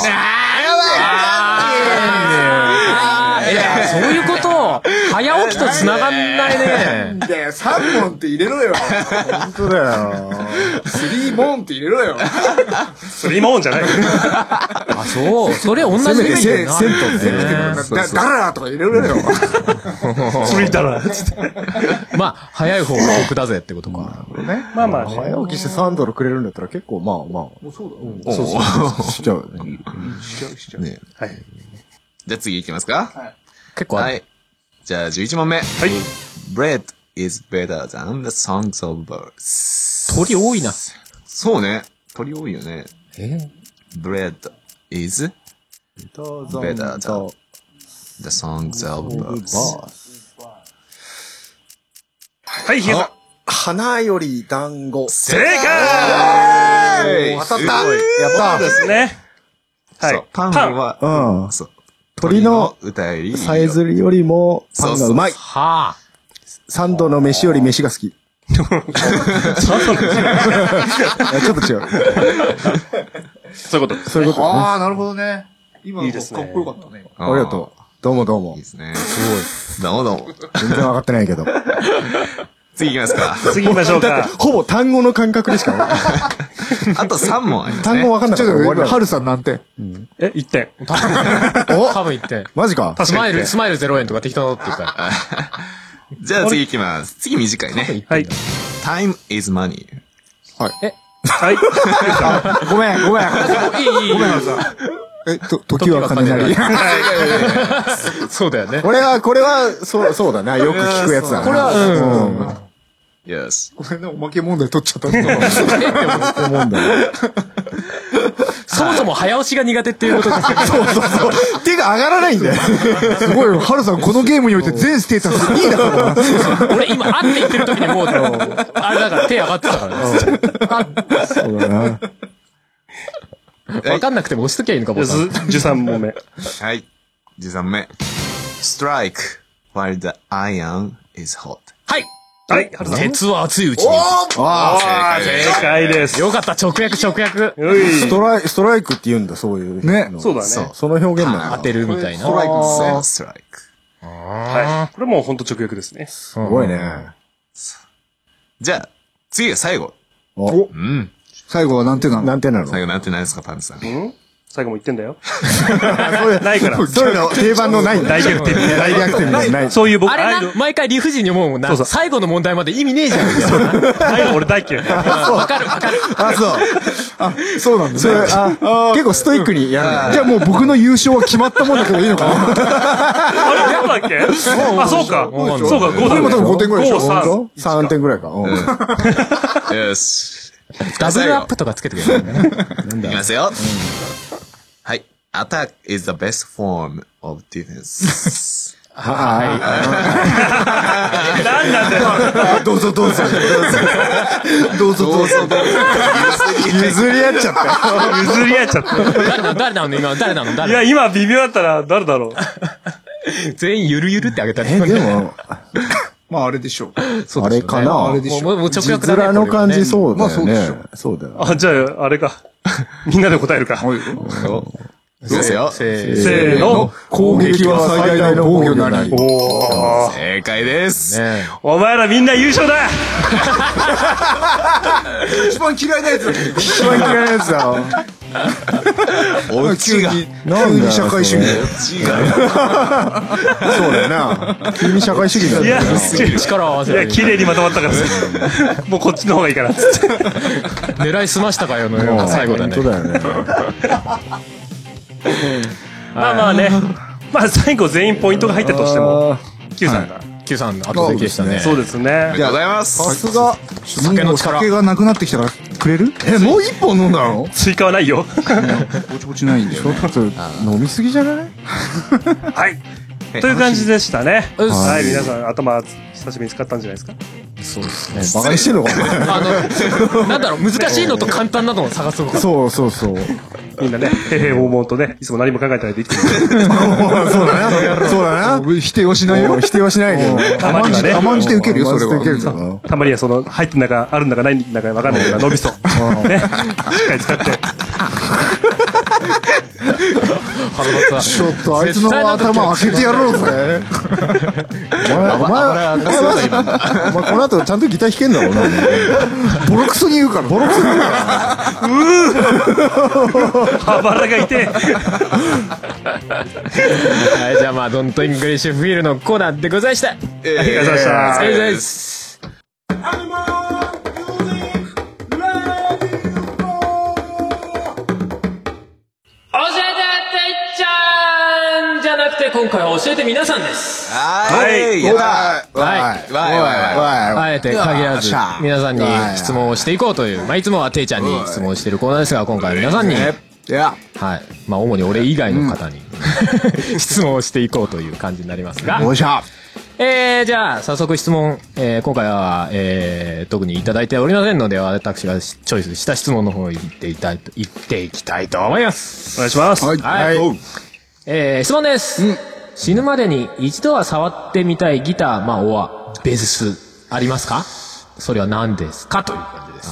あ、いや、そういうこと早起きと繋がんないね。 で、さん問って入れろよ。本当だよ。スリー問って入れろよ。 スリーモンじゃない。 あ、そう。それ同じレベルせ、 だ銭湯ってだ、だらとか入れろよ。 スリーだら。 まあ、早い方が得だぜってことか。 まあまあね。 早起きしてさんドルくれるんだったら結構、まあまあ。 そうそうそう。しちゃうね。 しちゃう、しちゃう。ね。 はい。 じゃあ次行きますか。 結構ある。 はい。じゃあじゅういち問目。 はい。 Bread is better than the songs of birds. 鳥多いな。 そうね。鳥多いよね。 え Bread is better than the songs of birds. はい、ヒゲさん。 花より団子。 正解当たったやったですね。はい。 パンは、 うん。 そう。 鳥の歌より、 さえずりよりもパンがうまい。 はあ。 三度の飯より飯が好き。ちょっと違う。 そういうこと。 そういうことね。 ああ、なるほどね。今のいいですねかっこよかったね。 ありがとう。どうもどうもいいで。すね。すごい。どうもどうも。 全然分かってないけど。 次行きますか。 次行きましょうか。 ほぼ単語の感覚でしか。 あとさん問ありますね。 単語分かんなかった。終わりだはるさん何点？ え、いってん。 お多分言って。 マジかスマイル、スマイルゼロえんとか適当なって言うから。 じゃあ次行きます。次短いね。 はい。 Time is money. はい。 ごめん、ごめん。 いい、いい、いい。 え、と、時は金なり。 そうだよね。 これは、これは、そう、そうだな。よく聞くやつだな。 これは、うん。 Yes. これね、おまけ問題取っちゃったんだ。問題。 そもそも早押しが苦手っていうことですよね。 そうそうそう。手が上がらないんだよ。すごいよ。ハルさん、このゲームにおいて全ステータスにいだから。 俺今、あって言ってる時にもう、あれだから手上がってたからね。 そうだな。 わかんなくても押しときゃいいのかも。 じゅうさん問目。 はい。じゅうさん目。Strike while the iron is hot. はい。 はい、はるさん。 鉄は熱いうちに。 ああ、正解です。 よかった、直訳直訳。 ういストライ、ストライクって言うんだ、そういう。 ね。 そうだね。 その表現なんだ。 当てるみたいな。 ストライク。そう、ストライク。 はい。これもうほんと直訳ですね。 すごいね。 じゃあ、次が最後。 お、 うん。 最後は何点なの？ 何点なの？ 最後なんてないですか、パンツさん。 うん最後も言ってんだよ。ないから。 そういうの定番のないんだ。 大逆転。 大逆転みたいなない。 そういう僕、 あれな、毎回理不尽に思うもんな。 そうそう最後の問題まで意味ねえじゃん。 はい、俺大嫌い。 わかるわかる。 あ、そう。あ、そうなんだ。それ、あ、結構ストイックにやる。じゃあもう僕の優勝は決まったもんだけどいいのかな？ あれ、そうだっけあ、そうか。そうか、ごだこれも多分ごてんぐらいでしょ？ ごさん本当 ?さん 点ぐらいか。うんよし。 ダブルアップとかつけてくれるんだね。 いきますよ。はい。Attack is the best form of defense. はなんなんだよ。 い。どうぞどうぞ。どうぞどうぞ。譲り合っちゃったよ。 譲り合っちゃった。 誰なの誰なの今、誰なのい誰や、今微妙だったら誰だろう。 全員ゆるゆるってあげたら。 え、でも、 まああれでしょう。 あれかな？ あれでしょ。 もう、もう直字訳だね。 面の感じそうだよまあそうでしね。そうだよ。 あ、じゃあ、あれか。みんなで答えるか。 いきますよ。 せーせーの。 攻撃は最大の防御なり。 おー。 正解です。 ねお前らみんな優勝だ一番嫌いなやつだ。 一番嫌いなやつだ。 お家が。 急に社会主義。そうだよな。急に社会主義だいや、 力を合わせて。 いや、綺麗にまとまったからさ。もうこっちの方がいいかなっつって。 狙いすましたかよのような最後だね。 本当だよね。 まあまあね。まあ最後全員ポイントが入ったとしても、Q さんが。 Q さん後席でしたね。 そうですね。 ありがとうございます。 さすが。 酒の力。 酒がなくなってきたからくれる？ え、もう一本飲んだの？ 追加はないよ。 ぼちぼちないんだよね。 ちょっと飲みすぎじゃない？ はい。という感じでしたね。はい、皆さん頭久しぶりに使ったんじゃないですか。 そうですね。 バカにしてんのかあの、なんだろう、難しいのと簡単なのを探すのか。 そうそうそう。 みんなね、へへもうもうとね、いつも何も考えてないで生きてる。 そうだな。そうだな。 否定はしないよ。 否定はしないで。 甘んじて甘んじて受けるよ、それは。 甘んじて受けるぞ。 たまにはその、入ってんだか、あるんだかないんだかわかんないけど、伸びそう。ね。しっかり使って。 ちょっとあいつの頭開けてやろうぜ。お前、お前、お前この後ちゃんとギター弾けんだろうな。ボロクソに言うから、ボロクソに言うから。 羽腹が痛い。 はい、じゃあまあ、ドントイングリッシュフィールのコーナーでございました。ありありがとうございました。 がとうございます。今回は教えて皆さんです。 はい。 はい。 わいわいわあえて限らず皆さんに質問をしていこうという、まあいつもはていちゃんに質問しているコーナーですが、今回は皆さんに、はい、まあ主に俺以外の方に質問をしていこうという感じになりますが、 おいしゃ。 えー、じゃあ早速質問、えー、今回は、えー、特にいただいておりませんので、私がチョイスした質問の方を言っていたいと言っていきたいと思います。 お願いします。 はい。はい。えー、質問です、うん。死ぬまでに一度は触ってみたいギター、まあ、おは、ベース、ありますか？それは何ですか？という感じです。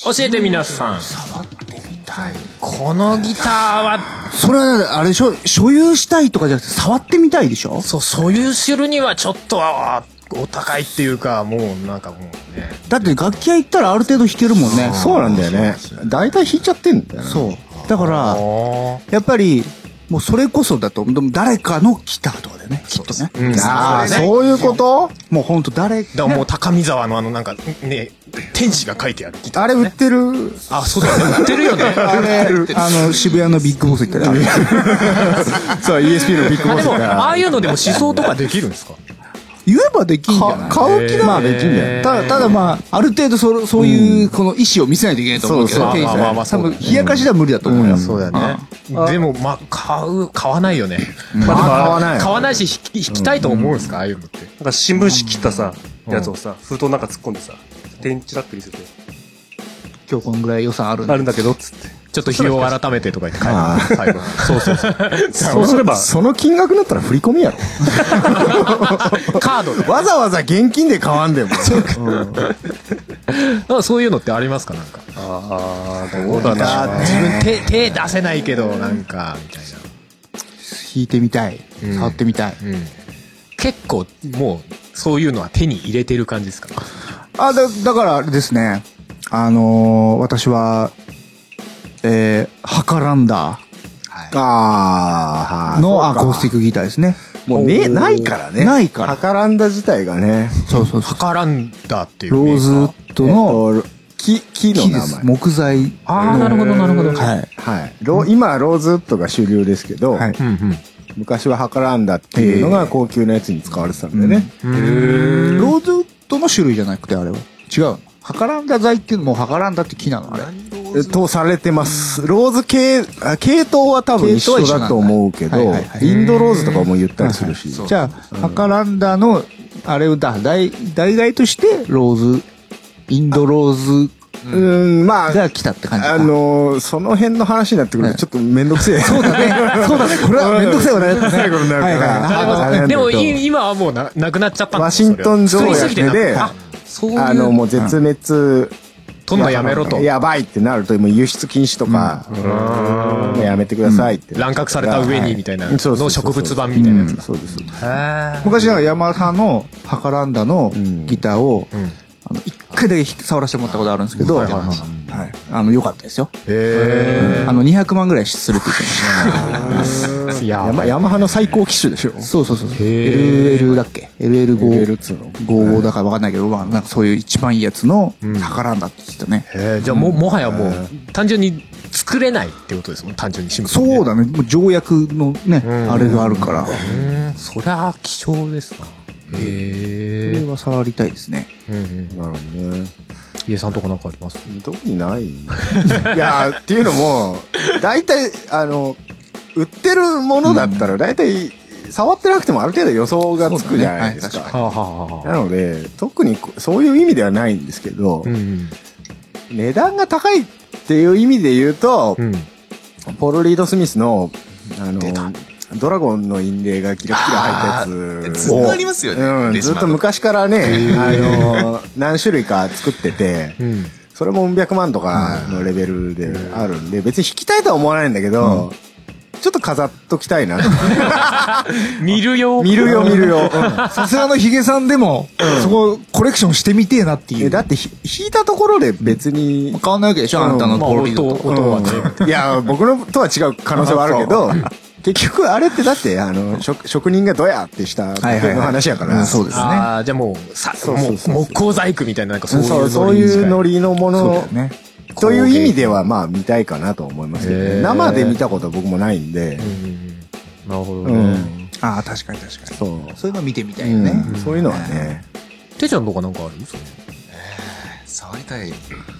教えて皆さん。触ってみたい。このギターは、 それは、あれでしょ、所有したいとかじゃなくて、触ってみたいでしょ？ そう、所有するにはちょっとは、お高いっていうか、もう、なんかもうね。 だって楽器屋行ったらある程度弾けるもんね。 そうなんだよね。大体弾いちゃってんだよね。 そう。だから、やっぱり、もうそれこそだと、でも誰かのギターとかだよね、きっとね。 うん、 ああ、そういうこと？ もうほんと誰、 だからもう高見沢のあのなんか、ね、天使が書いてあるギター、 あれ売ってる。 あ、そうだね。売ってるよね。 あれ、あの、渋谷のビッグボス行ったらある。 そう、イーエスピー のビッグボスでも、ああいうのでも思想とかできるんですか？ 言えばできんじゃない？ 買う気ならできんじゃない？ ただ、ただまあ、ある程度そ、そういう、この意思を見せないといけないと思うけど、 そうそう、まあまあまあ、 多分、冷やかしでは無理だと思うよ。 そうだよね。 でも、まあ、買う、買わないよね。 まあ、買わない。 買わないし、弾きたいと思うんですか？ああいうのって。 なんか新聞紙切ったさ、やつをさ、封筒なんか突っ込んでさ、電池ラックにすると。 今日こんぐらい予算あるんだ。 あるんだけど、つって。 ちょっと費用を改めてとか言って帰る。最後。そうそうそう。 そうすれば。 その金額だったら振り込みやろ。 カードで。 わざわざ現金で買わんでも。 そういうのってありますか？なんか。 ああ、どうだな。 自分手、手出せないけど、なんか、みたいな。 弾いてみたい。触ってみたい。 結構、もう、そういうのは手に入れてる感じですか？ あ、だ、だからあれですね。あのー、私は、えー、ハカランダーのアコースティックギターですね。 もうね、ないからね。 ないから。 ハカランダ自体がね。 そうそうそう。 ハカランダーっていう。 ローズウッドの木、木の名前。 木材。 ああ、なるほど、なるほど。 はい。 はい。ロ今、ローズウッドが主流ですけど、はい。昔はハカランダっていうのが高級なやつに使われてたんだよね。 ローズウッドの種類じゃなくて、あれは。違う。ハカランダ材っていうのもハカランダって木なのあれ。 とされてます。ローズ系、系統は多分一緒だと思うけど、インドローズとかも言ったりするし。 じゃあ、ハカランダの、あれをだ、代替として、ローズ、インドローズ、 うん、まあ、 が来たって感じか。 あのー、その辺の話になってくるとちょっとめんどくせえ。 そうだね。そうだね。これはめんどくせえわね。 最後になるから。 でも今はもうなくなっちゃったんですワシントン条約で、あの、もう絶滅、 とんどやめろと。 やばいってなると、もう輸出禁止とか、やめてくださいって。 乱獲された上にみたいな、の植物版みたいなやつ。 そうです。 昔は山田さんのハカランダのギターを、一回だけ触らせてもらったことあるんですけど、 あの、良かったですよ。 へあの、にひゃくまんぐらいするって言ってました。 え。ヤマヤマハの最高機種でしょ。 そうそうそう。エルエル だっけ ?エルエルご。 エルエルツー の。 ごじゅうごだからわかんないけど、まあ、なんかそういう一番いいやつの宝なんだって言ってたね。 へえ、じゃあも、もはやもう、単純に作れないってことですもん、単純にシンプルにね。 そうだね。もう条約のね、あれがあるから。 うん、そりゃ貴重ですな。へそえ。 れは触りたいですね。 うんうん。 なるほどね。 家さんとかなんかあります？ 特にない。いや、っていうのも、大体、あの、売ってるものだったら、大体、触ってなくてもある程度予想がつくじゃないですか。 はあはあはあ。 なので、特にそういう意味ではないんですけど、 うんうん。 値段が高いっていう意味で言うと、 うん。 ポール・リード・スミスの、あの、ドラゴンの印泥がキラキラ入ったやつずっとありますよね。 うん、ずっと昔からね、あの、何種類か作ってて、 うん。 それもうん百万とかのレベルであるんで、別に弾きたいとは思わないんだけど、ちょっと飾っときたいな。 見るよ。 見るよ見るよ。 さすがのヒゲさんでも、そこコレクションしてみてえなっていう。 えだってひ弾いたところで別に変わんないわけでしょ、あんたのポールリードと。 音はね。 いや、僕のとは違う可能性はあるけど、結局あれってだってあの職職人がどやってしたの話やから、 そうですね。 ああ、じゃあもうさ、 そうそうそうもう木工細工みたいななんかそういうそうそういうノリのものね。 という意味ではまあ見たいかなと思いますけどね。生で見たことは僕もないんで、 なるほどうね。 ん、 ああ、確かに確かに。 そうそういうの見てみたいよね。 うんそういうのはね。 てちゃんとかなんかある？ 触りたい。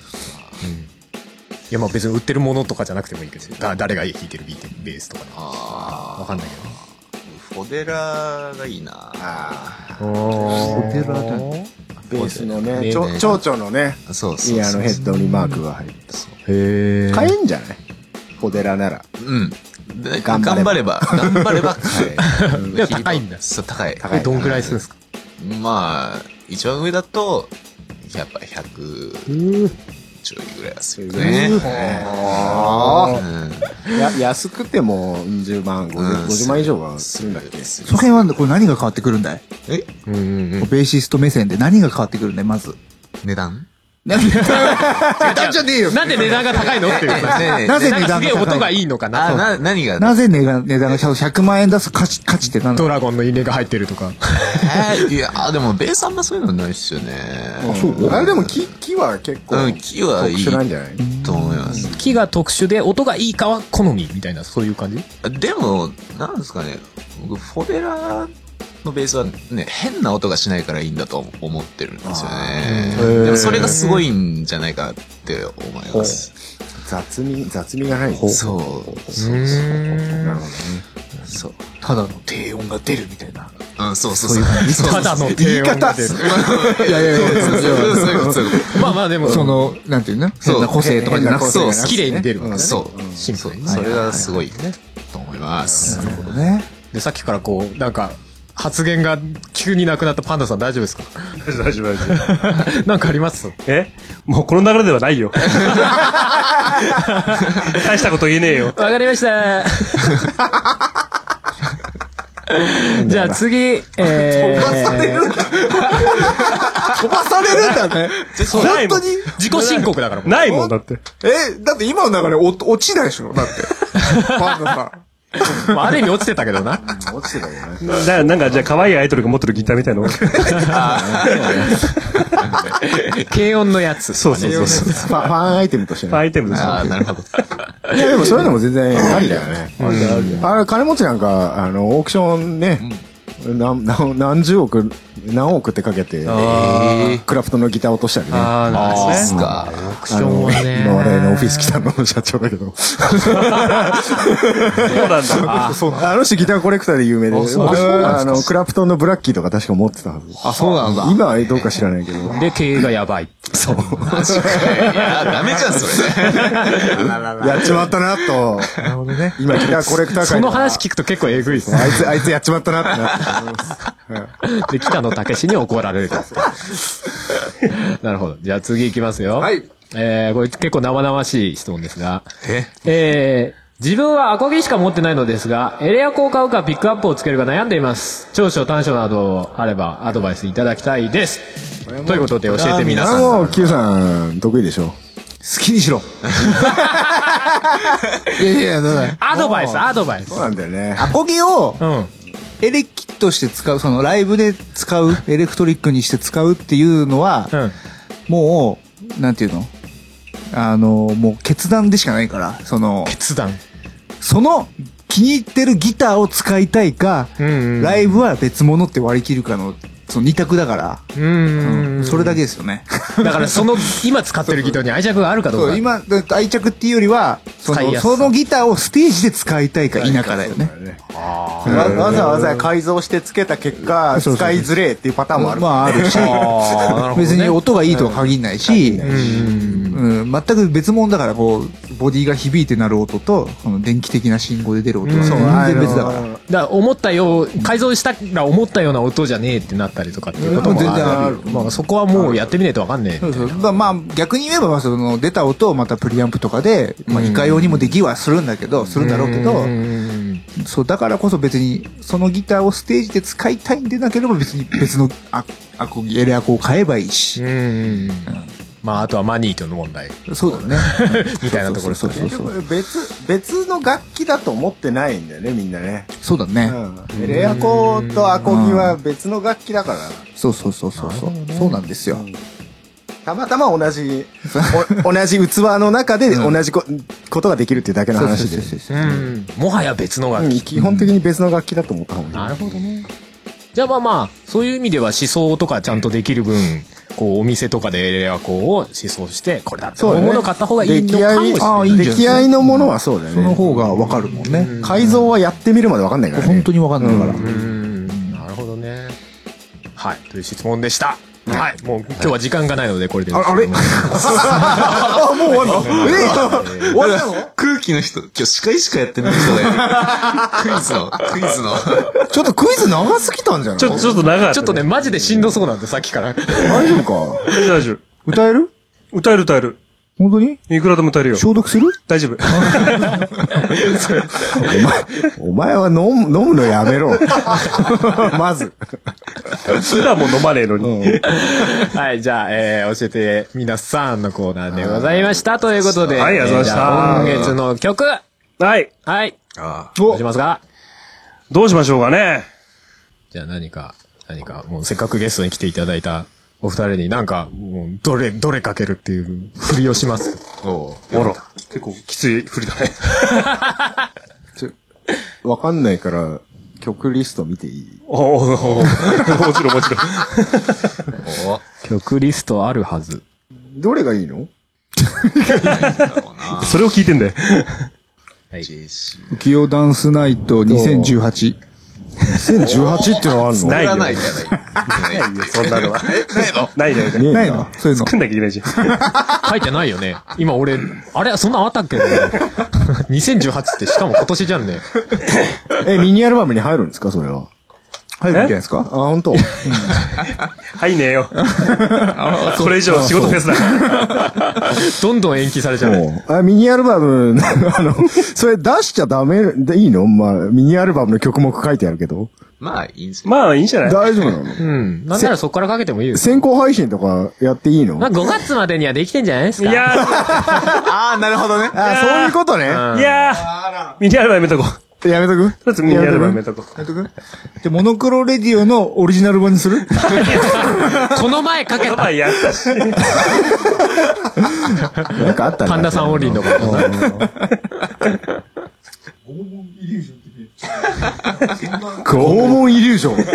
いやまあ別に売ってるものとかじゃなくてもいいけど、だ誰が弾いてるビートベースとかね。 あわかんないけど。 フォデラがいいな。 おー寺だベースのね、 ねちょ蝶々のね、 そうそうそう。 いいあのヘッドにマークが入った。 へえ。 買えんじゃない？フォデラなら。 うん。で頑頑張れば張れば、頑張れば買え。 でも高いんだ。 そう、高い。 高いえどんくらいするんですか？ まあ、一番上だと、やっぱひゃくちょいぐらいはするね。 あうんあ。や安くてもじゅうまん、ごじゅううんごじゅうまん以上はするんだっけ？ その辺はこれ何が変わってくるんだい？ えうんうんうん。 ベーシスト目線で何が変わってくるんだいまず。 値段値段じゃねえよ。 なんで値段が高いのっていうさ。 ねえなぜ値なんかすげえ段が高い音がいいのかなあ、 と。 な、何がなぜ値段値段がひゃくまん円出す価値価値って何だドラゴンの稲が入ってるとか。 えーいや、あでもベースあんまそういうのないっすよね。 あれでも木木は結構うん、木はいい特殊なんじゃない？ と思います。 木が特殊で音がいいかは好みみたいなそういう感じ？ でも、なんですかね、僕、フォデラのベースはね、変な音がしないからいいんだと思ってるんですよね。でもそれがすごいんじゃないかって思います。 雑味雑味がない。 そう。そうそう。 なるほどね。 そう。 ただの低音が出るみたいな。 うん、そうそうそう。 ただの低音が出る。 いやいやいや、 そういうこと、そういうこまあまあでも、 その、なんていうの変な個性とかじゃなくて。 そう綺麗に出るからと。 ね。 そう。 シンプルにね。 それがすごいと思います。 なるほどね。 で、さっきからこう、なんか、発言が急になくなったパンダさん大丈夫ですか？ 大丈夫、大丈夫。 なんかありますえもうこの流れではないよ。大したこと言えねえよ。 わかりました。じゃあ次、えー、飛ばされるんだ。 飛ばされるんだね。 本当に自己申告だから。 ないもんだって。 え、だって今の流れお落ちないでしょだって。パンダさん。 まあ、ある意味落ちてたけどな。 落ちてたよね。 だからなんかじゃあ可愛いアイドルが持ってるギターみたいなの。 軽音のやつ。 そうそうそうそう。 ファファンアイテムとしてね。 アイテムですよ。 ああ、なるほど。 いやでもそういうのも全然ありだよね。あれ金持ちなんかあのオークションね、何何何十億何億ってかけてクラフトのギター落としたりね。 ああ、なるほどね。 ですか。 オークションはね。 今我々のオフィス来たの社長だけど。 そうなんだ。 そうあの人ギターコレクターで有名で、あのクラプトンのブラッキーとか確か持ってたはず。 あ、そうなんだ。 今はどうか知らないけど。 で、経営がやばい。そう。 マジか。いや、ダメじゃん、それ。 やっちまったなと。なるほどね。今ギターコレクター界その話聞くと結構えぐいですね。 あいつあいつやっちまったなってなって。 で、北野武に怒られる。なるほど。じゃあ次行きますよ。 はい。 えー、これ結構生々しい質問ですが。 ええー、自分はアコギしか持ってないのですが、エレアコを買うかピックアップをつけるか悩んでいます。長所短所などあればアドバイスいただきたいです。ということで教えて皆さん。 あもう Q さん得意でしょ。 好きにしろ。いやいや、だから。 アドバイス、アドバイス。 そうなんだよね。 アコギを、 うん。 エレキとして使う、そのライブで使う、エレクトリックにして使うっていうのは、うん、もう、なんていうのあの、もう決断でしかないから、その、 決断その、気に入ってるギターを使いたいか、うんうん、ライブは別物って割り切るかの、その二択だから、うん、うん、それだけですよね。 だからその、今使ってるギターに愛着があるかどうか。そう、 今、愛着っていうよりは、その、そのギターをステージで使いたいか否かだよね。 わざわざ改造してつけた結果、使いづれっていうパターンもある。 まああるし、別に音がいいとは限らないし、うん、全く別物だから、こう、ボディが響いて鳴る音と、この電気的な信号で出る音は全然別だから。だから思ったよう、改造したら思ったような音じゃねえってなったりとかっていうことも全然ある。まあそこはもうやってみないとわかんねえ。 そうそう。まあ逆に言えば、その出た音をまたプリアンプとかで、まあいかようにもできはするんだけど、するんだろうけど、そう、だからこそ別に、そのギターをステージで使いたいんでなければ別に別のアコギ、エレアコを買えばいいし。 まああとはマニーとの問題。 そうだね。 みたいなところですね。 別、別の楽器だと思ってないんだよね、みんなね。 そうだね。 エレアコとアコギは別の楽器だから。 そうそうそうそう。そうなんですよ。 たまたま同じ、同じ器の中で同じ こ,、うん、ことができるっていうだけの話です。 もはや別の楽器、うん。 基本的に別の楽器だと思った方がいい。 なるほどね。じゃあまあまあ、そういう意味では思想とかちゃんとできる分、こう、お店とかでエレアコを思想して、これだって思うものを買った方がいいのかもしれない。 出来合いのものはそうだよね。 その方がわかるもんね。 改造はやってみるまでわかんないからね。 本当にわかんないから。 なるほどね。はい、という質問でした。はい。もう今日は時間がないのでこれで。 あれあ、もう終わんのえ終わったの空気の人、今日司会しかやってない人だよ。クイズの、クイズの。 ちょっとクイズ長すぎたんじゃないちょ、ちょっと長かった。 ちょっとね、マジでしんどそうなんで、さっきから。 大丈夫か大丈夫。 歌える歌える歌える。 本当にいくらでも歌えるよ。 消毒する大丈夫。 お前、お前は飲む、飲むのやめろ。まず。 普段も飲まねえのに。 はい、じゃあ、えー、教えて皆さんのコーナーでございました。ということで。 はい、ありがとうございました。今月の曲。 はい。 はい。どうしますかどうしましょうかね。 じゃあ何か、何か、もうせっかくゲストに来ていただいたお二人になんか、もう、どれ、どれかけるっていう振りをします。 おあら、結構きつい振りだね。 わかんないから、曲リスト見ていいおおもちろんもちろん。 曲リストあるはず。 どれがいいのそれを聞いてんだよ。 はい。 浮世ダンスナイトにせんじゅうはち。 にせんじゅうはちってのあるのないよ。 ないじゃない。ないよ、 そんなのは。ないのないのよ。ないのそういうの。 作んなきゃいけないじゃん。 書いてないよね。今俺、あれそんなんあったっけにせんじゅうはちってしかも今年じゃんね。 え、ミニアルバムに入るんですかそれは。 入るんじゃないですかあ、本当。 入んねえよ。これ以上仕事フェスだ。 どんどん延期されちゃう。 あ、ミニアルバム、あの、それ出しちゃダメでいいのまあ、ミニアルバムの曲目書いてあるけど。 まあ、いいんですよ。 まあ、いいんじゃない大丈夫なのうん。なんならそっからかけてもいいよ。 先行配信とかやっていいのまあ、ごがつまでにはできてんじゃないですか。 いやー。 あー、なるほどね。 あ、そういうことね。いやー。ミニアルバムやめとこう。 やめとくとりあえずミニアルバムやめとこう。 やめとくで、モノクロレディオのオリジナル版にするこの前かけた。 この前やったし。 なんかあったね。 パンダさんオンリーのこと。 拷問イリュージョン。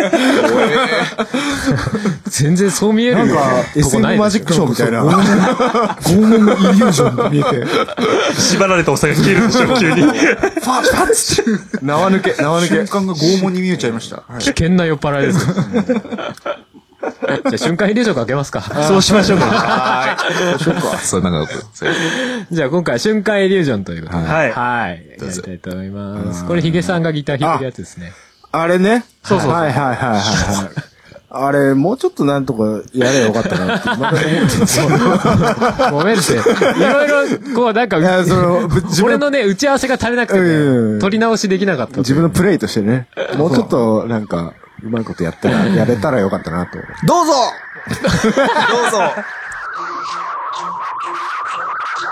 全然そう見えるよ。 なんか、エスエム マジックショーみたいな。拷問イリュージョン見えて。 縛られたお酒が消えるでしょ、急に。ファッ、ファッツって。縄抜け、縄抜け。 瞬間が拷問に見えちゃいました。 危険な酔っ払いです。じゃあ瞬間イリュージョンかけますか。 そうしましょうか。 はい。そうしようか。そう、なんか、 じゃあ今回瞬間イリュージョンということで。 はい。 はい。やりたいと思います。これヒゲさんがギター弾いてるやつですね。 あれね。 そうそう。 はいはいはいはい。あれ、もうちょっとなんとかやればよかったなって。まだ思ってた。ごめんって。いろいろ、こうなんか、俺のね、打ち合わせが足りなくて、取り直しできなかった。 自分のプレイとしてね。もうちょっと、なんか、うまいことやったら、やれたらよかったなと。 どうぞどうぞ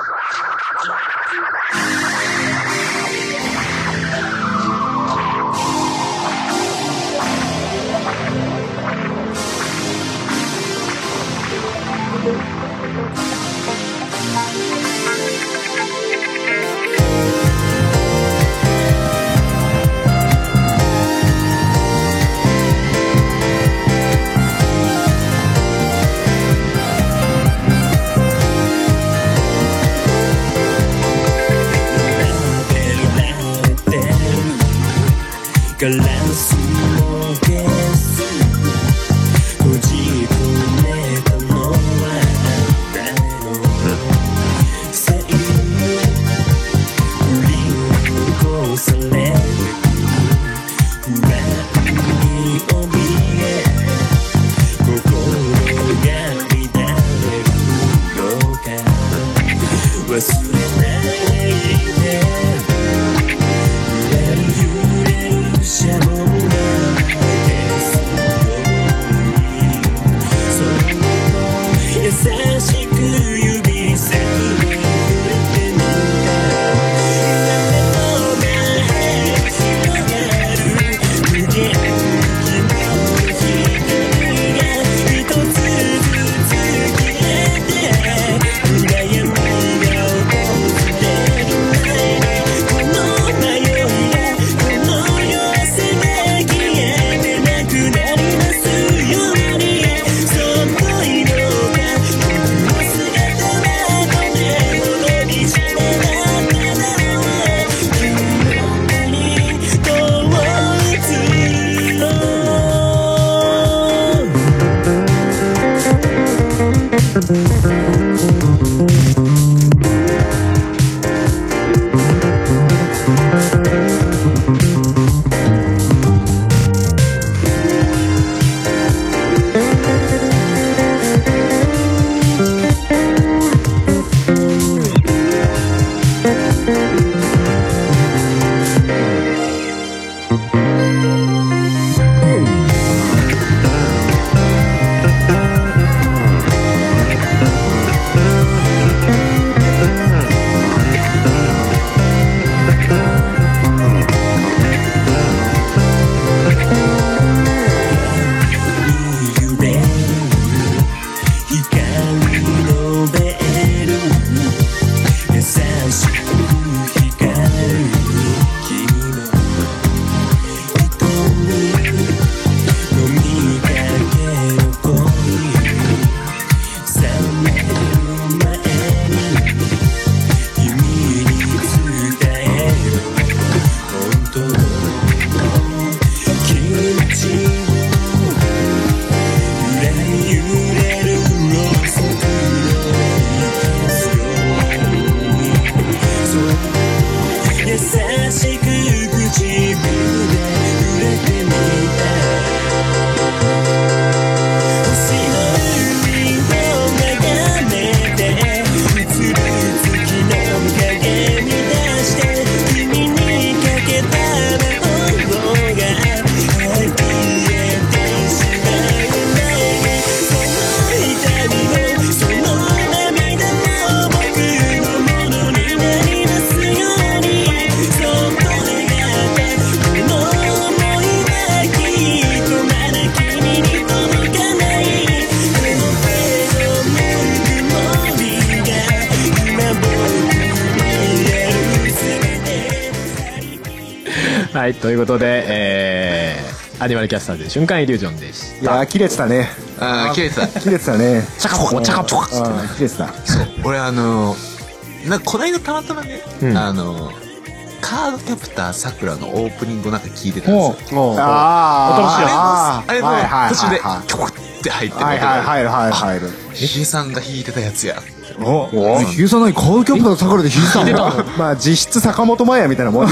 はい、ということで、えー、アニマルキャスターズ瞬間イリュージョンでした。 いやー、切れてたね。 あー、切れてた。 切れてたね。 チャカポコ、チャカポコ。 切れてた。 そう。俺あのー、なんかこないだたまたまね、うん、あのー、カードキャプターさくらのオープニングなんか聞いてたんですよ。 ああ、あれも、あれも途中で、キョコって入ってる。 はいはい、入る入る入る。 ヒゲさんが弾いてたやつや。 おおヒゲさん何カードキャプターさくらで弾いてたの？まあ実質坂本真綾みたいなもん。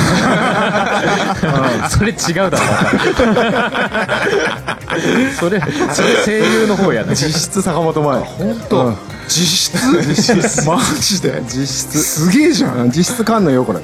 それ違うだろ。それ、それ声優の方やな。 実質坂本真綾。 本当。 実質？マジで実質すげえじゃん。実質かんのよこれ。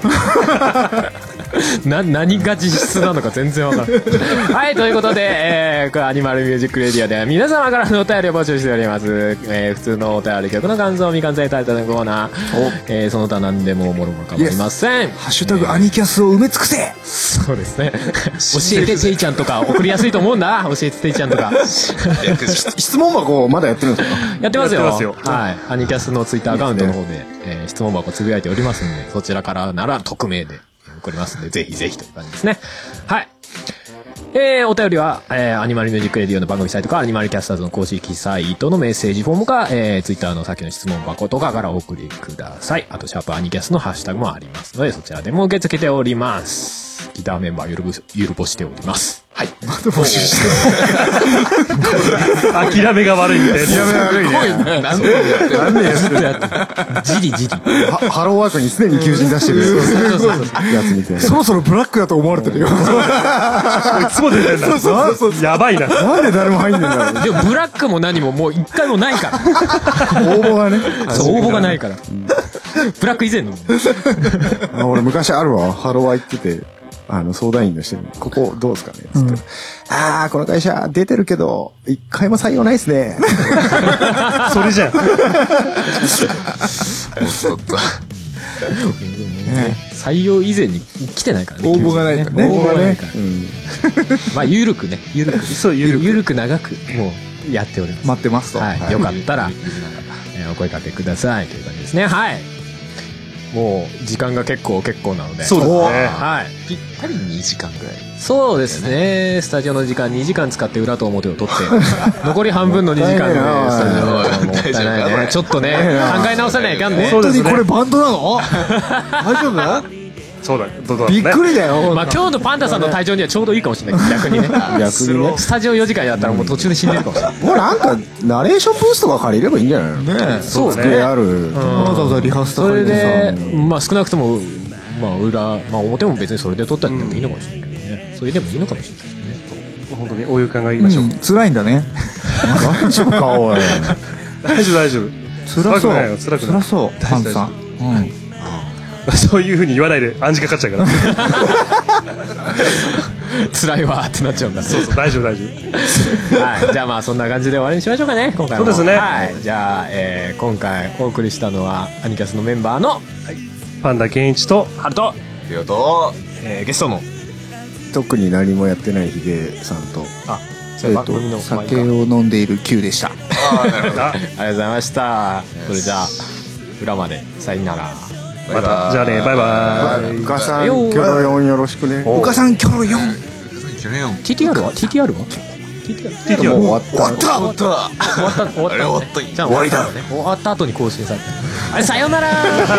な何が実質なのか全然わからない。はい、ということで、えー、これアニマルミュージックレディオでは皆様からのお便りを募集しております。えー、普通のお便り、曲の感想、未完成タイトルのコーナー、えー、その他何でももろもろ構いません。 ハッシュタグアニキャスを埋め尽くせ。 そうですね。教えてていちゃんとか送りやすいと思うんだ。教えてていちゃんとか。 質問箱まだやってるんですか？ やってますよ。はい。アニキャスのツイッターアカウントの方で、えー、質問箱つぶやいておりますんで、そちらからなら匿名で送りますんで、ぜひぜひという感じですね。はい。えー、お便りは、えー、アニマルミュージックレディオの番組サイトか、アニマルキャスターズの公式サイトのメッセージフォームか、えー、ツイッターのさっきの質問箱とかからお送りください。あと、シャープアニキャスのハッシュタグもありますので、そちらでも受け付けております。ギターメンバーゆるぶ、ゆるぼしております。 はい。 また募集して諦めが悪いみたいな。 諦めが悪いね。 何年やってる何年やってる。じりじり。 ハローワークに常に求人出してるやつみたいな。そろそろブラックだと思われてるよ。いつも出てんだ。そうそうそう。やばいな。 なんで誰も入んねんだろう。 でもブラックも何ももう一回もないから。 応募がね。 そう、応募がないから。ブラック以前の。 俺昔あるわ。ハローワー行ってて。あの、相談員の人に、ここどうですかねつって、うん、ああ、この会社出てるけど、一回も採用ないですね。 それじゃん。 採用以前に来てないからね。 応募がないからね。 応募がないから。まあ、ゆるくね、ゆるく。 そう、ゆるく。 ゆるく長く、もう、やっております。 待ってますと。 はい。よかったら、お声かけください。という感じですね。はい。もう時間が結構結構なので。 そうですね。 はい。 ぴったりにじかんぐらい。 そうですね。スタジオの時間にじかん使って裏と表を取って、残り半分のにじかんで、スタジオもったいないね。ちょっとね、考え直さないといかんね。 本当にこれバンドなの？大丈夫？ そうだよ。どうぞ。 びっくりだよ。 まあ今日のパンダさんの体調にはちょうどいいかもしれない。逆にね。 逆にね。 スタジオよじかんやったらもう途中で死んでるかもしれない。 もうなんかナレーションブースとか借りればいいんじゃないの？ね。そう机ある。 わざわざリハーサルそれでまあ少なくともまあ裏まあ表も別にそれで撮ったりでもいいのかもしれないけどね。それでもいいのかもしれないですね。 本当にお湯考えましょう。 辛いんだね。 大丈夫かおい。 大丈夫大丈夫。 辛そう。 辛くない。 辛そう。パンさん。うん。 そういう風に言わないで暗示かかっちゃうから辛いわってなっちゃうんだ。 そうそう大丈夫大丈夫。はい、じゃあまあそんな感じで終わりにしましょうかね今回も。 そうですね。 はい、じゃあ、えー、今回お送りしたのはアニキャスのメンバーの、はい、 パンダケンイチとハルト、 リオと、 えー、ゲストの特に何もやってないヒデさんと、 あ、 えっと酒を飲んでいる Q でした。 ああなるほど。 ありがとうございました。それじゃあ裏までさよなら。 またじゃあねバイバイ。 お母さんキョロヨンよろしくね。 お母さんキョロヨン。 ティーティーアール は ティーティーアール は ティーティーアールティーティーアール 終わった終わった終わった終わった終わった終わったじゃあ終わりだね。終わった後に更新された。あれさよなら。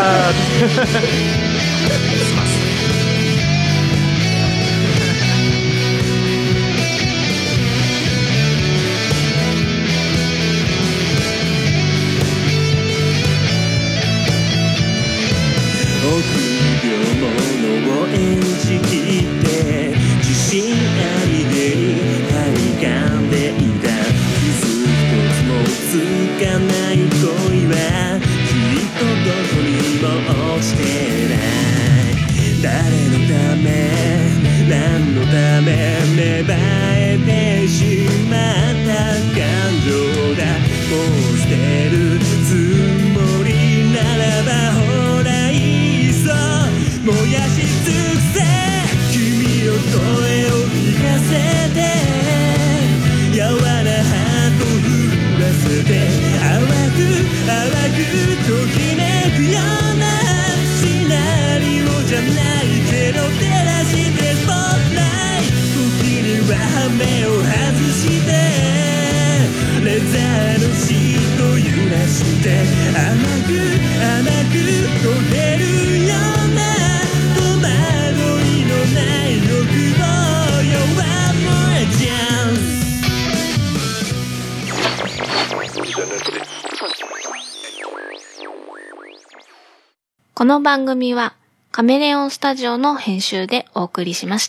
この番組はカメレオンスタジオの編集でお送りしました。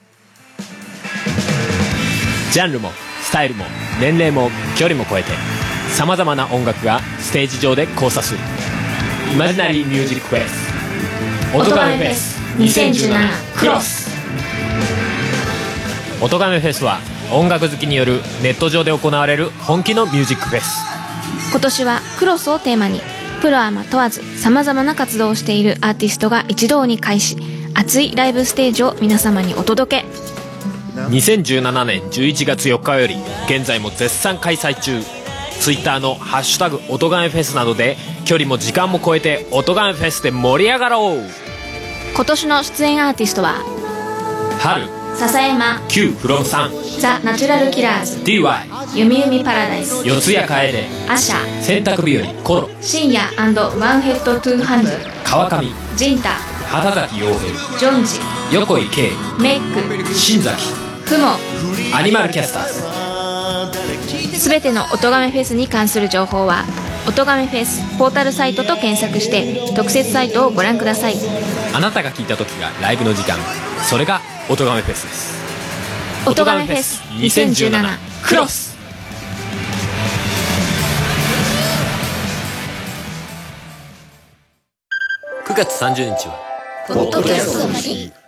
ジャンルもスタイルも年齢も距離も超えて様々な音楽がステージ上で交差するイマジナリーミュージックフェス音亀フェスにせんじゅうななクロス。音亀フェスは音楽好きによるネット上で行われる本気のミュージックフェス。 今年はクロスをテーマにプロアマ問わず様々な活動をしているアーティストが一堂に会し、熱いライブステージを皆様にお届け。 にせんじゅうななねんじゅういちがつよっかより現在も絶賛開催中。ツイッターのハッシュタグ音亀フェスなどで距離も時間も超えて音亀フェスで盛り上がろう。 今年の出演アーティストは春、 笹山、 Q フロムさん、 ザ・ナチュラルキラーズ、 ディーワイ、 ゆみゆみパラダイス、 四谷楓、 アシャ、 洗濯日和、コロ、 深夜&ワンヘッドトゥーハンズ、 川上、 ジンタ、 畑崎陽平、 ジョンジ、 横井圭、 メイク、 新崎、 クモアニマルキャスターズ。 すべての音亀フェスに関する情報は音亀フェスポータルサイトと検索して特設サイトをご覧ください。 あなたが聞いた時がライブの時間、それが音亀フェスです。 音亀フェスにせんじゅうななクロス。 くがつさんじゅうにちはポッドキャストの日。